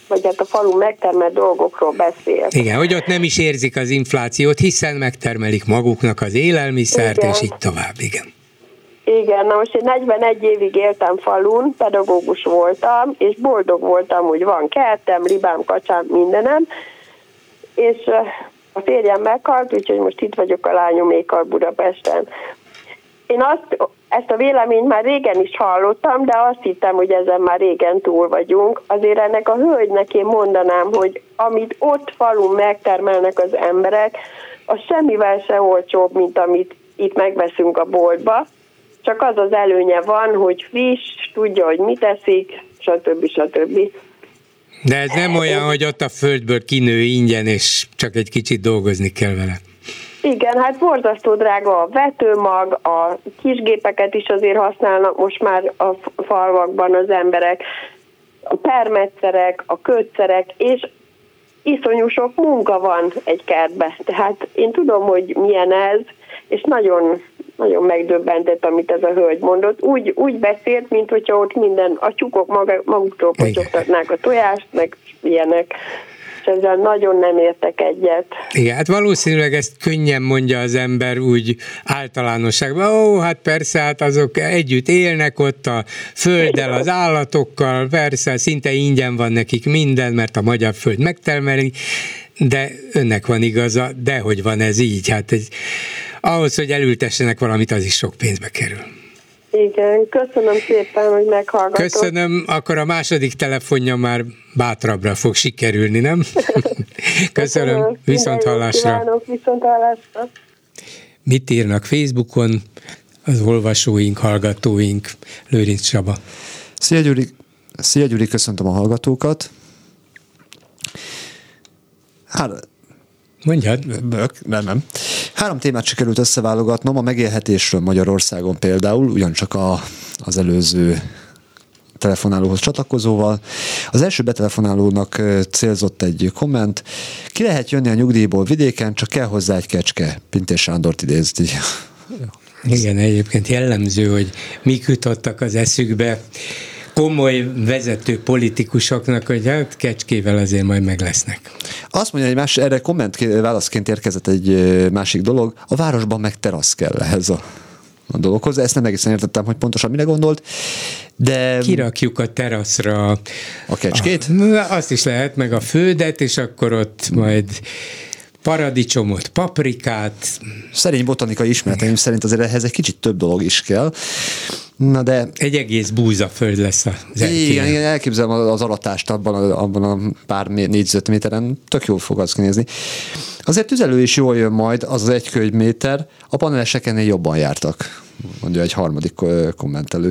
J: vagy hát a falun megtermelt dolgokról beszélt.
C: Igen, hogy ott nem is érzik az inflációt, hiszen megtermelik maguknak az élelmiszert, igen. És így tovább, igen.
J: Igen, na most én negyvenegy évig éltem falun, pedagógus voltam, és boldog voltam, hogy van kertem, libám, kacsám, mindenem, és a férjem meghalt, úgyhogy most itt vagyok a lányomékkal Budapesten. Én azt, ezt a véleményt már régen is hallottam, de azt hittem, hogy ezen már régen túl vagyunk. Azért ennek a hölgynek én mondanám, hogy amit ott falun megtermelnek az emberek, az semmivel se olcsóbb, mint amit itt megveszünk a boltba. Csak az az előnye van, hogy friss, tudja, hogy mit eszik, stb. stb.
C: De ez nem olyan, hogy ott a földből kinő ingyen, és csak egy kicsit dolgozni kell vele.
J: Igen, hát borzasztó drága a vetőmag, a kisgépeket is azért használnak most már a falvakban az emberek, a permetszerek, a kötszerek, és iszonyú sok munka van egy kertben. Tehát én tudom, hogy milyen ez, és nagyon, nagyon megdöbbentett, amit ez a hölgy mondott. Úgy, úgy beszélt, mint hogyha ott minden, a tyúkok maga, maguktól pocsogtatnák a tojást, meg ilyenek. És ezzel nagyon nem értek egyet.
C: Igen, hát valószínűleg ezt könnyen mondja az ember úgy általánosságban. Ó, hát persze, hát azok együtt élnek ott a földdel, az állatokkal, persze, szinte ingyen van nekik minden, mert a magyar föld megtermeli, de önnek van igaza, de hogy van ez így? Hát egy, ahhoz, hogy elültessenek valamit, az is sok pénzbe kerül.
J: Igen, köszönöm szépen, hogy meghallgatott.
C: Köszönöm, akkor a második telefonja már bátrabbra fog sikerülni, nem? Köszönöm, köszönöm. Viszont hallásra.
J: Kívánok, viszont hallásra.
C: Mit írnak Facebookon az olvasóink, hallgatóink? Lőrinc Csaba.
K: Szia Gyuri, Szia Gyuri, köszöntöm a hallgatókat. Hát,
C: mondjad.
K: Bök, nem, nem. Három témát sikerült összeválogatnom, a megélhetésről Magyarországon például, ugyancsak a, az előző telefonálóhoz csatlakozóval. Az első betelefonálónak célzott egy komment. Ki lehet jönni a nyugdíjból vidéken, csak kell hozzá egy kecske. Pintér Sándort idézti.
C: Igen, egyébként jellemző, hogy mik jutottak az eszükbe komoly vezető politikusoknak, hogy hát kecskével azért majd meg lesznek.
K: Azt mondja, hogy más, erre komment válaszként érkezett egy másik dolog, a városban meg terasz kell ehhez a, a dologhoz. Ezt nem egészen értettem, hogy pontosan mire gondolt, de...
C: Kirakjuk a teraszra
K: a kecskét?
C: A, azt is lehet, meg a földet, és akkor ott majd paradicsomot, paprikát.
K: Szerény botanikai ismereteim szerint azért ehhez egy kicsit több dolog is kell. Na de...
C: Egy egész búzaföld lesz az elkére.
K: Igen, igen, elképzelem az aratást abban a, abban a pár négyzetméteren, tök jól fog az kinézni. Azért tüzelő is jól jön majd, az az egy köbméter, a paneleseken jobban jártak, mondja egy harmadik kommentelő.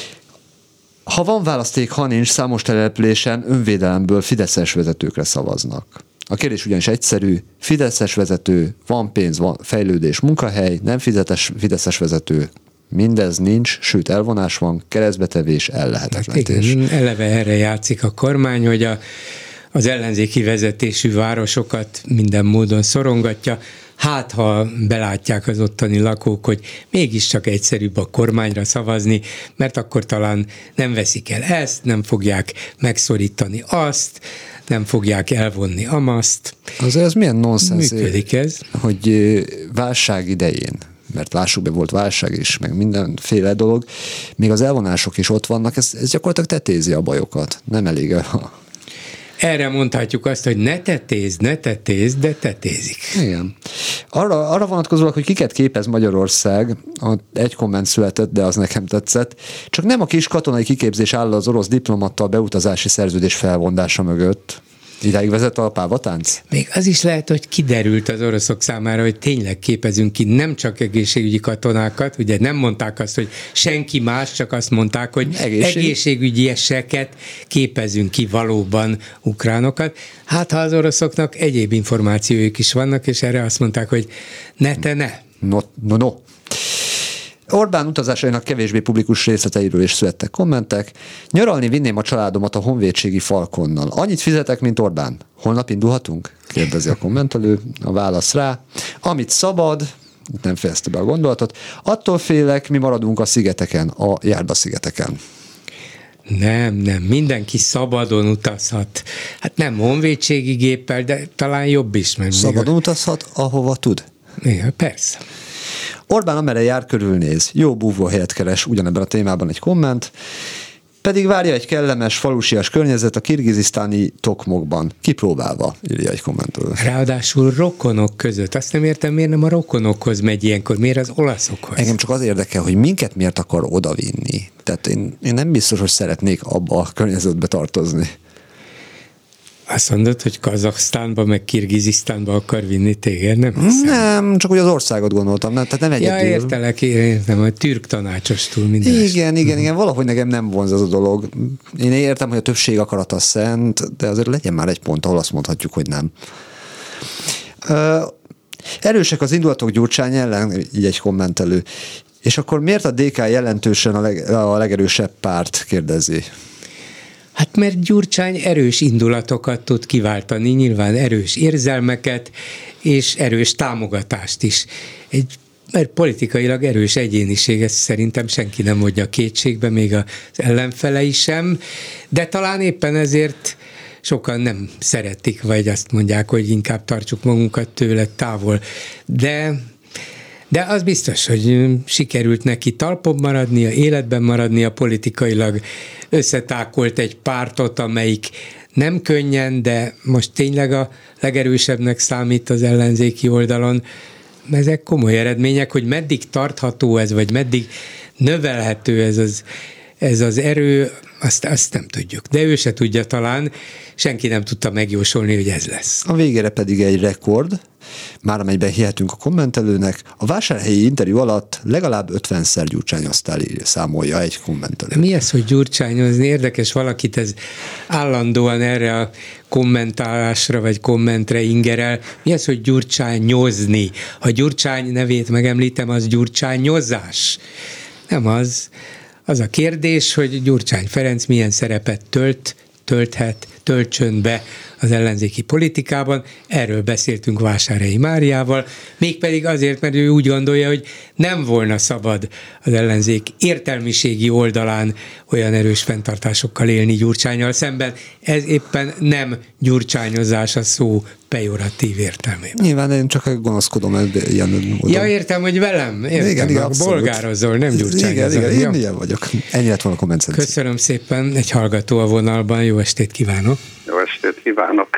K: Ha van választék, ha nincs, számos településen önvédelemből fideszes vezetőkre szavaznak. A kérdés ugyanis egyszerű, fideszes vezető, van pénz, van fejlődés, munkahely, nem fizetes fideszes vezető, mindez nincs, sőt elvonás van, keresztbetevés, ellehetetlenítés.
C: Hát eleve erre játszik a kormány, hogy a, az ellenzéki vezetésű városokat minden módon szorongatja. Hát, ha belátják az ottani lakók, hogy mégiscsak egyszerűbb a kormányra szavazni, mert akkor talán nem veszik el ezt, nem fogják megszorítani azt, nem fogják elvonni amaszt.
K: Azért ez milyen nonsens,
C: működik ez,
K: hogy válság idején, mert lássuk be, volt válság is, meg mindenféle dolog, még az elvonások is ott vannak, ez, ez gyakorlatilag tetézi a bajokat. Nem elég a...
C: Erre mondhatjuk azt, hogy ne tetézd, ne tetézd, de tetézik.
K: Igen. Arra, arra vonatkozólag, hogy kiket képez Magyarország, egy komment született, de az nekem tetszett. Csak nem a kis katonai kiképzés áll az orosz diplomata a beutazási szerződés felvondása mögött. Idáig vezet a pávatánc?
C: Még az is lehet, hogy kiderült az oroszok számára, hogy tényleg képezünk ki nem csak egészségügyi katonákat, ugye nem mondták azt, hogy senki más, csak azt mondták, hogy Egészség. egészségügyieseket képezünk ki valóban ukránokat. Hát ha az oroszoknak egyéb információik is vannak, és erre azt mondták, hogy ne te ne.
K: No, no, no. Orbán utazásainak kevésbé publikus részleteiről is születtek kommentek. Nyaralni vinném a családomat a honvédségi Falkonnal. Annyit fizetek, mint Orbán. Holnap indulhatunk? Kérdezi a kommentelő. A válasz rá. Amit szabad, nem fejezte be a gondolatot, attól félek, mi maradunk a szigeteken, a Járda-szigeteken.
C: Nem, nem, mindenki szabadon utazhat. Hát nem honvédségi géppel, de talán jobb is. Mert
K: szabadon a... utazhat, ahova tud?
C: Igen, persze.
K: Orbán amerre jár, körülnéz. Jó búvóhelyet keres, ugyanebben a témában egy komment. Pedig várja egy kellemes, falusias környezet a kirgizisztáni Tokmokban. Kipróbálva, írja egy kommentről.
C: Ráadásul rokonok között. Azt nem értem, miért nem a rokonokhoz megy ilyenkor, miért az olaszokhoz?
K: Engem csak az érdekel, hogy minket miért akar odavinni. Tehát én, én nem biztos, hogy szeretnék abba a környezetbe tartozni.
C: Azt mondod, hogy Kazaksztánba, meg Kirgizisztánba akar vinni téged, nem hiszem.
K: Nem, csak hogy az országot gondoltam, nem, tehát nem egyedül.
C: Ja, értelek, értem, a türk tanácsostól minden.
K: Igen, igen, igen, valahogy nekem nem vonz ez a dolog. Én értem, hogy a többség akarata szent, de azért legyen már egy pont, ahol azt mondhatjuk, hogy nem. Erősek az indulatok Gyurcsány ellen, így egy kommentelő. És akkor miért a dé ká jelentősen a, leg, a legerősebb párt, kérdezi?
C: Hát mert Gyurcsány erős indulatokat tud kiváltani, nyilván erős érzelmeket, és erős támogatást is. Egy mert politikailag erős egyéniség, ezt szerintem senki nem mondja kétségbe, még az ellenfelei sem, de talán éppen ezért sokan nem szeretik, vagy azt mondják, hogy inkább tartsuk magunkat tőle távol. De... De az biztos, hogy sikerült neki talpon maradnia, életben maradnia, politikailag összetákolt egy pártot, amelyik nem könnyen, de most tényleg a legerősebbnek számít az ellenzéki oldalon. Ezek komoly eredmények, hogy meddig tartható ez, vagy meddig növelhető ez az, ez az erő, azt, azt nem tudjuk. De ő se tudja talán, senki nem tudta megjósolni, hogy ez lesz.
K: A végére pedig egy rekord, már amelyben hihetünk a kommentelőnek, a vásárhelyi interjú alatt legalább ötvenszer gyurcsányoztál, számolja egy kommentelő.
C: Mi ez, hogy gyurcsányozni? Érdekes, valakit ez állandóan erre a kommentálásra vagy kommentre ingerel. Mi ez, hogy gyurcsányozni? Ha Gyurcsány nevét megemlítem, az gyurcsányozás. Nem az. Az a kérdés, hogy Gyurcsány Ferenc milyen szerepet tölt, tölthet, töltsön be az ellenzéki politikában. Erről beszéltünk Vásárhelyi Máriával, mégpedig azért, mert ő úgy gondolja, hogy nem volna szabad az ellenzék értelmiségi oldalán olyan erős fenntartásokkal élni Gyurcsánnyal szemben. Ez éppen nem gyurcsányozás a szó pejoratív értelmében.
K: Nyilván én csak gonoszkodom ilyen módon.
C: Ja, értem, hogy velem. Értem, igen, igen, bolgározol, nem gyurcsányozol.
K: Igen, igen, én ilyen vagyok. Ennyi lett volna a komment.
C: Köszönöm szépen, egy hallgató a vonalban, jó estét kívánok.
L: Jó estét kívánok.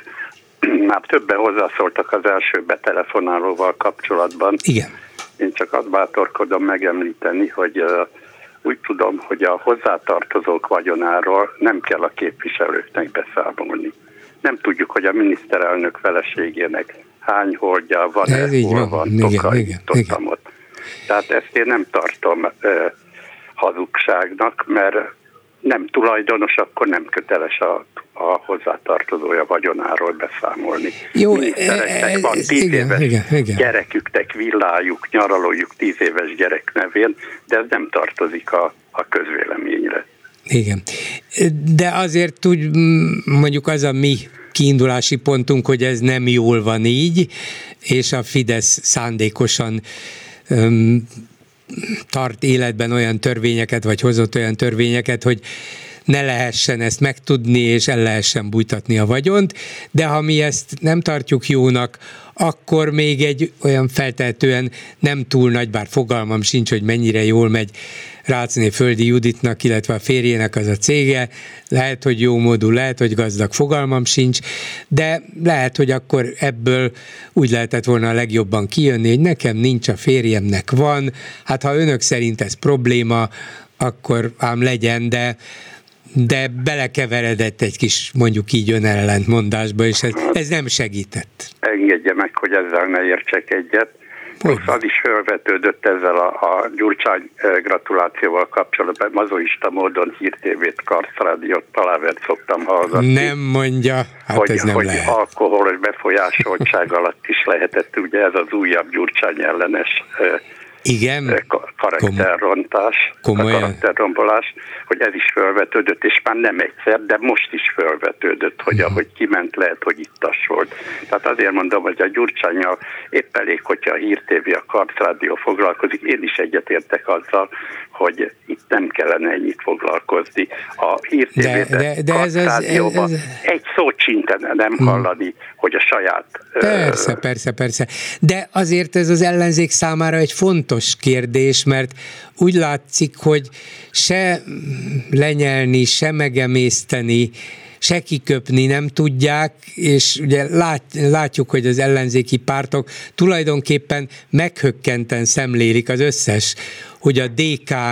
L: Már többen hozzászóltak az első betelefonálóval kapcsolatban.
C: Igen.
L: Én csak azt bátorkodom megemlíteni, hogy uh, úgy tudom, hogy a hozzátartozók vagyonáról nem kell a képviselőknek beszámolni. Nem tudjuk, hogy a miniszterelnök feleségének hány holdja van,
C: ez így van, van igen, igen, igen.
L: Ott. Tehát ezt én nem tartom uh, hazugságnak, mert nem tulajdonos, akkor nem köteles a, a hozzátartozója vagyonáról beszámolni.
C: Jó,
L: minisztereknek van tíz igen, éves igen, igen. gyereküknek, villájuk, nyaralójuk tíz éves gyerek nevén, de ez nem tartozik a, a közvéleményre.
C: Igen. De azért úgy mondjuk az a mi kiindulási pontunk, hogy ez nem jól van így, és a Fidesz szándékosan öm, tart életben olyan törvényeket, vagy hozott olyan törvényeket, hogy ne lehessen ezt megtudni, és el lehessen bújtatni a vagyont, de ha mi ezt nem tartjuk jónak, akkor még egy olyan feltehetően nem túl nagy, bár fogalmam sincs, hogy mennyire jól megy Ráczné Földi Juditnak, illetve a férjének az a cége, lehet, hogy jó módú, lehet, hogy gazdag, fogalmam sincs, de lehet, hogy akkor ebből úgy lehetett volna a legjobban kijönni, hogy nekem nincs, a férjemnek van, hát ha önök szerint ez probléma, akkor ám legyen, de de belekeveredett egy kis, mondjuk így önellentmondásba, és ez, ez nem segített.
L: Engedje meg, hogy ezzel ne értsek egyet. Plusz az is felvetődött ezzel a, a Gyurcsány gratulációval kapcsolatban, mazoista módon hírtévét, Karszrádiót, Palávert szoktam hallgatni.
C: Nem mondja, hát
L: hogy,
C: ez nem
L: hogy
C: lehet.
L: Alkoholos befolyásoltság alatt is lehetett, ugye ez az újabb Gyurcsány ellenes
C: Igen,
L: karakterrontás, karakterrombolás, hogy ez is felvetődött, és már nem egyszer, de most is felvetődött, hogy ahogy kiment, lehet, hogy ittas volt. Tehát azért mondom, hogy a Gyurcsánnyal épp elég, hogyha a Hír té vé, a Karcrádió foglalkozik, én is egyetértek azzal, hogy itt nem kellene ennyit foglalkozni. A Hír té vében, Karcrádióban egy szót sinten nem hallani, hogy a saját...
C: Persze, uh, persze, persze. De azért ez az ellenzék számára egy fontos kérdés, mert úgy látszik, hogy se lenyelni, se megemészteni, se kiköpni nem tudják, és ugye lát, látjuk, hogy az ellenzéki pártok tulajdonképpen meghökkenten szemlélik az összes, hogy a dé ká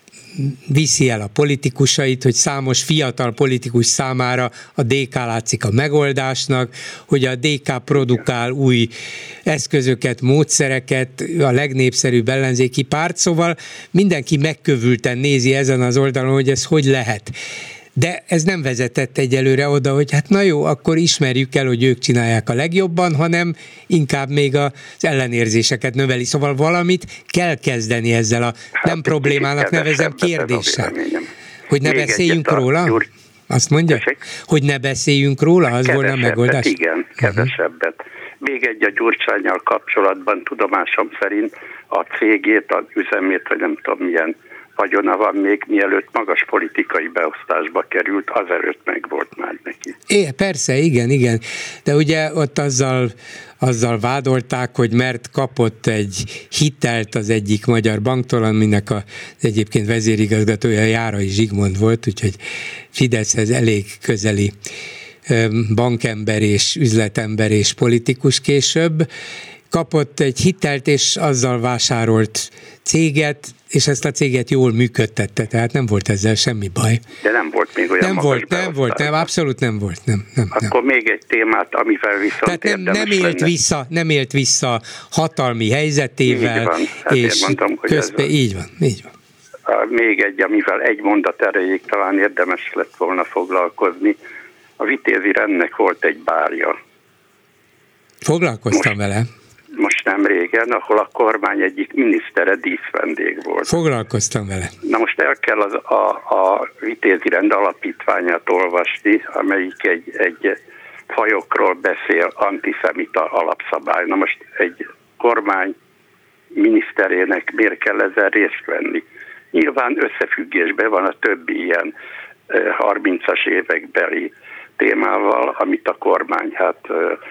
C: viszi el a politikusait, hogy számos fiatal politikus számára a dé ká látszik a megoldásnak, hogy a dé ká produkál új eszközöket, módszereket, a legnépszerűbb ellenzéki párt, szóval mindenki megkövülten nézi ezen az oldalon, hogy ez hogy lehet. De ez nem vezetett egyelőre oda, hogy hát na jó, akkor ismerjük el, hogy ők csinálják a legjobban, hanem inkább még az ellenérzéseket növeli. Szóval valamit kell kezdeni ezzel a nem hát, problémának nevezem kérdéssel. Hogy ne még beszéljünk róla? Gyur... Azt mondja? Tessék? Hogy ne beszéljünk róla? Az volna a megoldás?
L: Igen, kevesebbet. Uh-huh. Még egy a Gyurcsánnyal kapcsolatban tudomásom szerint a cégét, az üzemét, vagy nem tudom milyen vagyona van még, mielőtt magas politikai beosztásba került, azelőtt meg volt már neki.
C: É, persze, igen, igen. De ugye ott azzal, azzal vádolták, hogy mert kapott egy hitelt az egyik magyar banktól, aminek az egyébként vezérigazgatója Járai Zsigmond volt, úgyhogy Fideszhez elég közeli bankember és üzletember és politikus később. Kapott egy hitelt, és azzal vásárolt céget, és ezt a céget jól működtette, tehát nem volt ezzel semmi baj.
L: De nem volt még olyan
C: Nem volt, nem volt, nem, abszolút nem volt. Nem, nem,
L: Akkor
C: nem.
L: még egy témát, amivel viszont
C: tehát nem, nem élt
L: lenne.
C: vissza, nem élt vissza hatalmi helyzetével.
L: Így van, és mondtam, hogy
C: közben,
L: ez
C: így van, így van.
L: Még egy, amivel egy mondat erejéig talán érdemes lett volna foglalkozni. A Vitézi rendnek volt egy bárja.
C: Foglalkoztam
L: most,
C: vele.
L: Most nem régen, ahol a kormány egyik minisztere díszvendég volt.
C: Foglalkoztam vele.
L: Na most el kell az, a, a Vitézi rend alapítványát olvasni, amelyik egy, egy fajokról beszél, antiszemita alapszabály. Na most egy kormány miniszterének miért kell ezzel részt venni? Nyilván összefüggésben van a többi ilyen harmincas évekbeli témával, amit a kormány hát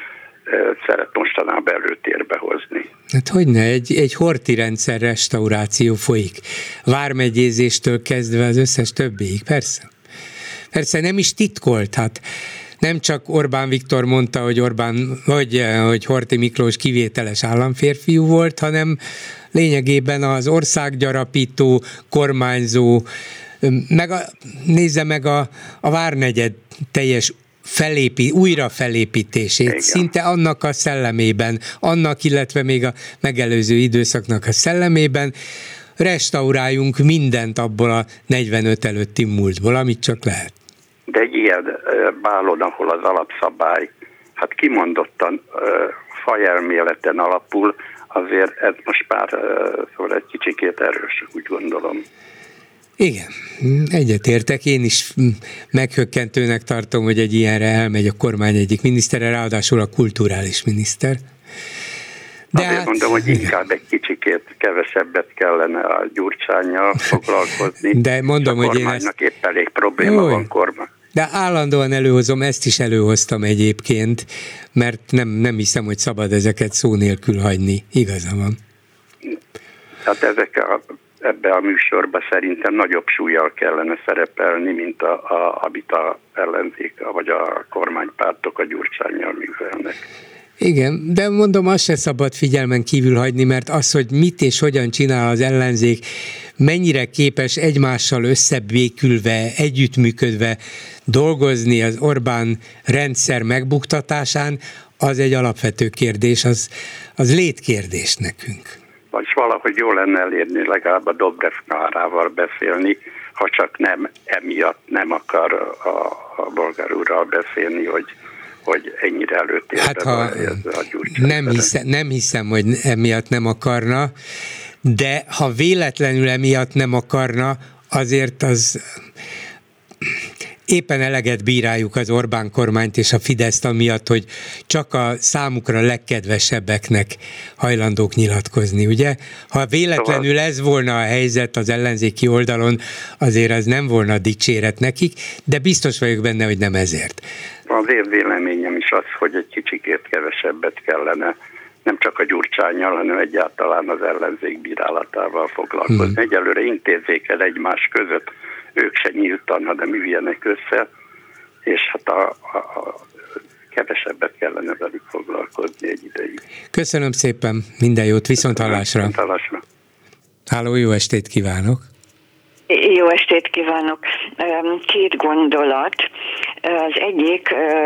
L: szeret mostanában előtérbe hozni.
C: Hát hogyne, egy, egy horthy rendszer restauráció folyik. Vármegyézéstől kezdve az összes többiig, persze. Persze nem is titkolt, hát nem csak Orbán Viktor mondta, hogy Orbán, vagy hogy Horthy Miklós kivételes államférfiú volt, hanem lényegében az országgyarapító, kormányzó, meg a, nézze meg a, a Várnegyed teljes felépi, újra felépítését, igen. Szinte annak a szellemében, annak, illetve még a megelőző időszaknak a szellemében restauráljunk mindent abból a negyvenöt előtti múltból, amit csak lehet.
L: De egy ilyen bálon, ahol az alapszabály, hát kimondottan fajelméleten alapul, azért ez most már szóval egy kicsikét erős, úgy gondolom.
C: Igen, egyetértek, én is meghökkentőnek tartom, hogy egy ilyenre elmegy a kormány egyik minisztere, ráadásul a kulturális miniszter.
L: De azért hát, mondom, hogy inkább egy kicsikét kevesebbet kellene a Gyurcsánnyal foglalkozni.
C: De mondom,
L: a
C: hogy én ezt...
L: épp elég probléma Jó, van kormány.
C: De állandóan előhozom, ezt is előhoztam egyébként, mert nem, nem hiszem, hogy szabad ezeket szó nélkül hagyni. Igaza van.
L: Hát ezek a ebbe a műsorba szerintem nagyobb súllyal kellene szerepelni, mint a, a, amit a ellenzék, vagy a kormánypártok a Gyurcsánnyal művelnek.
C: Igen, de mondom, azt se szabad figyelmen kívül hagyni, mert az, hogy mit és hogyan csinál az ellenzék, mennyire képes egymással összebékülve, együttműködve dolgozni az Orbán rendszer megbuktatásán, az egy alapvető kérdés, az, az létkérdés nekünk.
L: Vagy valahogy jó lenne elérni, legalább a Dobrev Klárával beszélni, ha csak nem emiatt nem akar a, a bolgár úrral beszélni, hogy, hogy ennyire előtérbe
C: hát, ha
L: a Gyurcsány.
C: Nem hiszem, nem hiszem, hogy emiatt nem akarna, de ha véletlenül emiatt nem akarna, azért az éppen eleget bíráljuk az Orbán kormányt és a Fideszt amiatt, hogy csak a számukra legkedvesebbeknek hajlandók nyilatkozni, ugye? Ha véletlenül ez volna a helyzet az ellenzéki oldalon, azért ez nem volna dicséret nekik, de biztos vagyok benne, hogy nem ezért.
L: Az én véleményem is az, hogy egy kicsikét kevesebbet kellene nem csak a Gyurcsánnyal, hanem egyáltalán az ellenzék bírálatával foglalkozni. Hmm. Egyelőre intézzék el egymás között, ők se nyíltan, hanem üljenek össze, és hát a, a, a kevesebbet kellene velük foglalkozni egy ideig.
C: Köszönöm szépen, minden jót, viszont hallásra.
L: Viszont hallásra.
C: Háló, jó estét kívánok!
M: Jó estét kívánok! Két gondolat. Az egyik,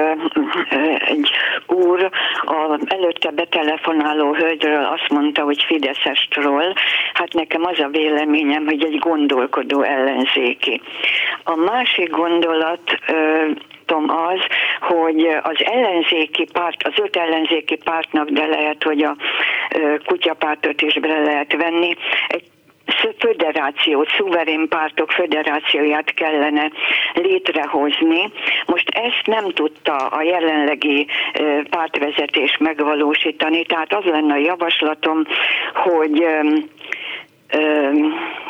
M: egy úr a előtte betelefonáló hölgyről azt mondta, hogy fideszes troll. Hát nekem az a véleményem, hogy egy gondolkodó ellenzéki. A másik gondolat az, hogy az ellenzéki párt, az öt ellenzéki pártnak, de lehet, hogy a kutyapártot is bele lehet venni, egy föderációt, szuverén pártok föderációját kellene létrehozni. Most ezt nem tudta a jelenlegi pártvezetés megvalósítani, tehát az lenne a javaslatom, hogy öm, öm,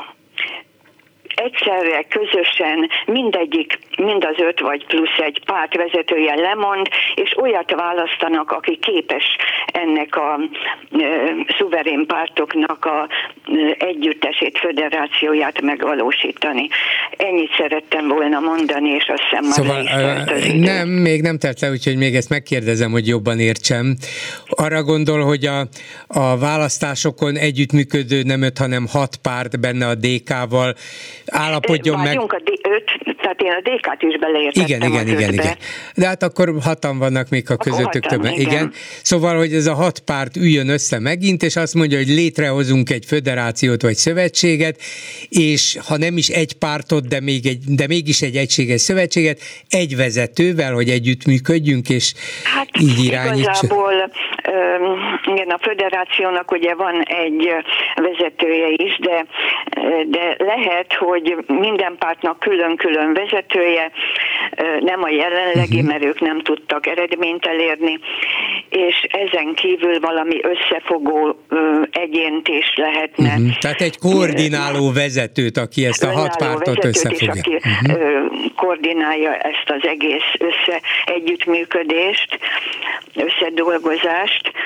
M: egyszerre, közösen mindegyik, mind az öt vagy plusz egy párt vezetője lemond, és olyat választanak, aki képes ennek a e, szuverén pártoknak a e, együttesét, föderációját megvalósítani. Ennyit szerettem volna mondani, és azt hiszem már
C: szóval,
M: le is az idő.
C: Nem, még nem telt le, úgyhogy még ezt megkérdezem, hogy jobban értsem. Arra gondol, hogy a, a választásokon együttműködő nem öt, hanem hat párt benne a dé ká-val állapodjon meg.
M: Várjunk a öt, tehát én a dé ká-t is beleértettem.
C: Igen, igen, igen, igen. De hát akkor hatan vannak még, ha közöttük többen. Igen. igen. Szóval, hogy ez a hat párt üljön össze megint, és azt mondja, hogy létrehozunk egy föderációt vagy szövetséget, és ha nem is egy pártot, de, még egy, de mégis egy egységes szövetséget, egy vezetővel, hogy együttműködjünk, és hát így irányítsuk.
M: Igazából igen, a föderációnak ugye van egy vezetője is, de, de lehet, hogy minden pártnak külön-külön vezetője, nem a jelenlegi, uh-huh. mert ők nem tudtak eredményt elérni, és ezen kívül valami összefogó egyént is lehetne.
C: Uh-huh. Tehát egy koordináló vezetőt, aki ezt a hat pártot összefogja.
M: És aki uh-huh. koordinálja ezt az egész össze együttműködést, összedolgozást.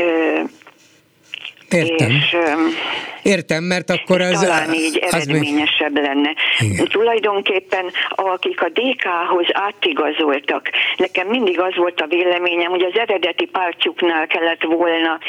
C: Értem.
M: És,
C: Értem, mert akkor az...
M: Talán így eredményesebb még... lenne. Igen. Tulajdonképpen akik a dé ká-hoz átigazoltak, nekem mindig az volt a véleményem, hogy az eredeti pártjuknál kellett volna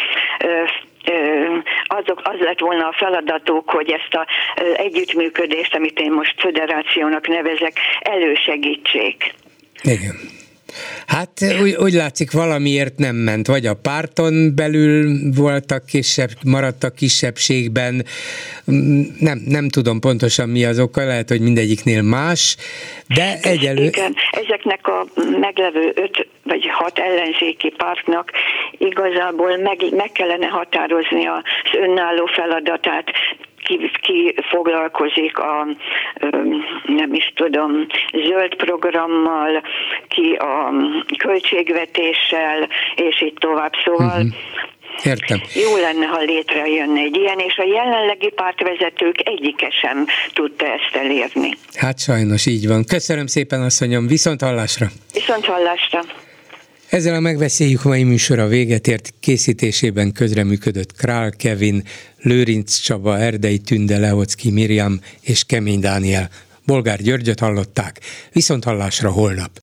M: azok, az lett volna a feladatuk, hogy ezt az együttműködést, amit én most föderációnak nevezek, elősegítsék.
C: Igen. Hát úgy, úgy látszik, valamiért nem ment, vagy a párton belül voltak kisebb, maradtak kisebbségben, nem, nem tudom pontosan mi az oka, lehet, hogy mindegyiknél más, de egyelőre...
M: Igen, ezeknek a meglevő öt vagy hat ellenzéki pártnak igazából meg, meg kellene határozni az önálló feladatát, Ki, ki foglalkozik a, nem is tudom, zöld programmal, ki a költségvetéssel, és így tovább. Szóval uh-huh.
C: Értem.
M: Jó lenne, ha létrejönne egy ilyen, és a jelenlegi pártvezetők egyike sem tudta ezt elérni.
C: Hát sajnos így van. Köszönöm szépen, asszonyom, viszont hallásra.
M: Viszont hallásra.
C: Ezzel a Megbeszéljük mai műsora véget ért, készítésében közreműködött Král Kevin, Lőrinc Csaba, Erdei Tünde, Leocki Miriam és Kemény Dániel. Bolgár Györgyöt hallották, viszont hallásra holnap.